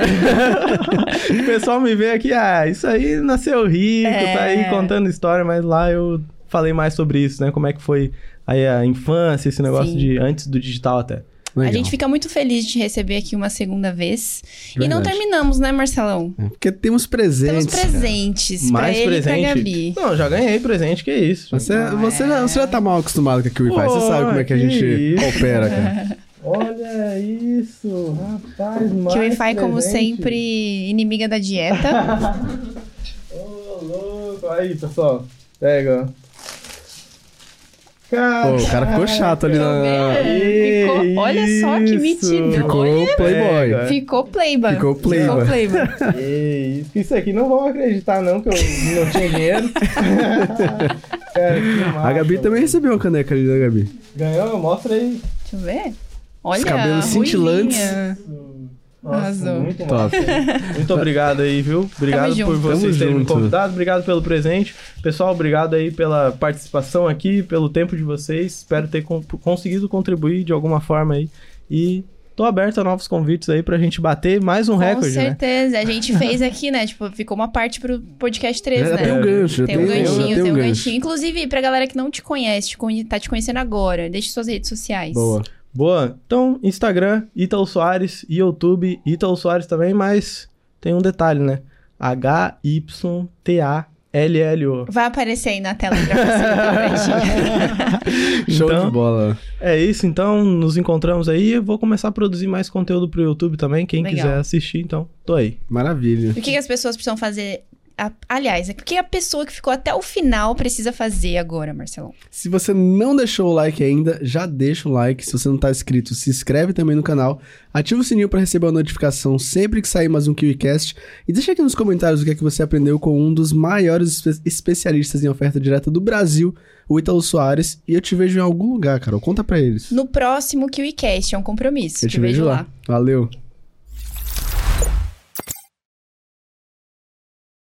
O pessoal me vê aqui, ah, isso aí nasceu rico, É. tá aí contando história, mas lá eu falei mais sobre isso, né? Como é que foi aí a infância, esse negócio Sim. de antes do digital até. Legal. A gente fica muito feliz de te receber aqui uma segunda vez. E não Verdade. terminamos, né, Marcelão? É, porque temos presentes. Temos presentes pra Mais ele e pra presente. Gabi. Não, já ganhei presente, que isso. Você, Ah, você, é. já, você já tá mal acostumado com a Kiwi Faz. Você Pô, sabe como é que a que gente isso. opera, cara. Olha isso, rapaz, mais Kiwify, como presente. sempre, inimiga da dieta. Ô, louco. Aí, pessoal, pega, ó. Pô, o cara ficou chato ali na... Ficou- olha só que Isso. metido. Ficou Olha. playboy. Pega. Ficou playba. Ficou playba. Ficou playba. Que isso, isso aqui não vão acreditar não que eu não tinha dinheiro. Cara, que massa, A Gabi também mano. recebeu uma caneca ali, né, Gabi? Ganhou? Mostra aí. Deixa eu ver. Olha, Os cabelos a cintilantes. ruivinha. Nossa, Arrasou. muito Top. massa. Muito obrigado aí, viu? Obrigado Tamo por junto. vocês Tamo terem me junto. convidado. Obrigado pelo presente. Pessoal, obrigado aí pela participação aqui, pelo tempo de vocês. Espero ter con- conseguido contribuir de alguma forma aí. E tô aberto a novos convites aí pra gente bater mais um Com recorde, né? Com certeza. A gente fez aqui, né? Tipo, ficou uma parte pro podcast três, já né? Tem um gancho. Tem um tem, ganchinho, tem, tem um gancho. ganchinho. Inclusive, pra galera que não te conhece, te conhe... tá te conhecendo agora, deixe suas redes sociais. Boa. Boa. Então, Instagram, Ítalo Soares, e YouTube, Ítalo Soares também, mas tem um detalhe, né? H Y T A L L O. Vai aparecer aí na tela pra você. Show Então, de bola. É isso, então, nos encontramos aí. Eu vou começar a produzir mais conteúdo pro YouTube também. Quem Legal. quiser assistir, então, tô aí. Maravilha. O que, que as pessoas precisam fazer? A... Aliás, o que a pessoa que ficou até o final precisa fazer agora, Marcelão? Se você não deixou o like ainda, já deixa o like. Se você não tá inscrito, se inscreve também no canal. Ativa o sininho para receber a notificação sempre que sair mais um KiwiCast. E deixa aqui nos comentários o que é que você aprendeu com um dos maiores espe- especialistas em oferta direta do Brasil, o Ítalo Soares. E eu te vejo em algum lugar, Carol. Conta pra eles. No próximo KiwiCast, é um compromisso. Eu te vejo lá. Valeu.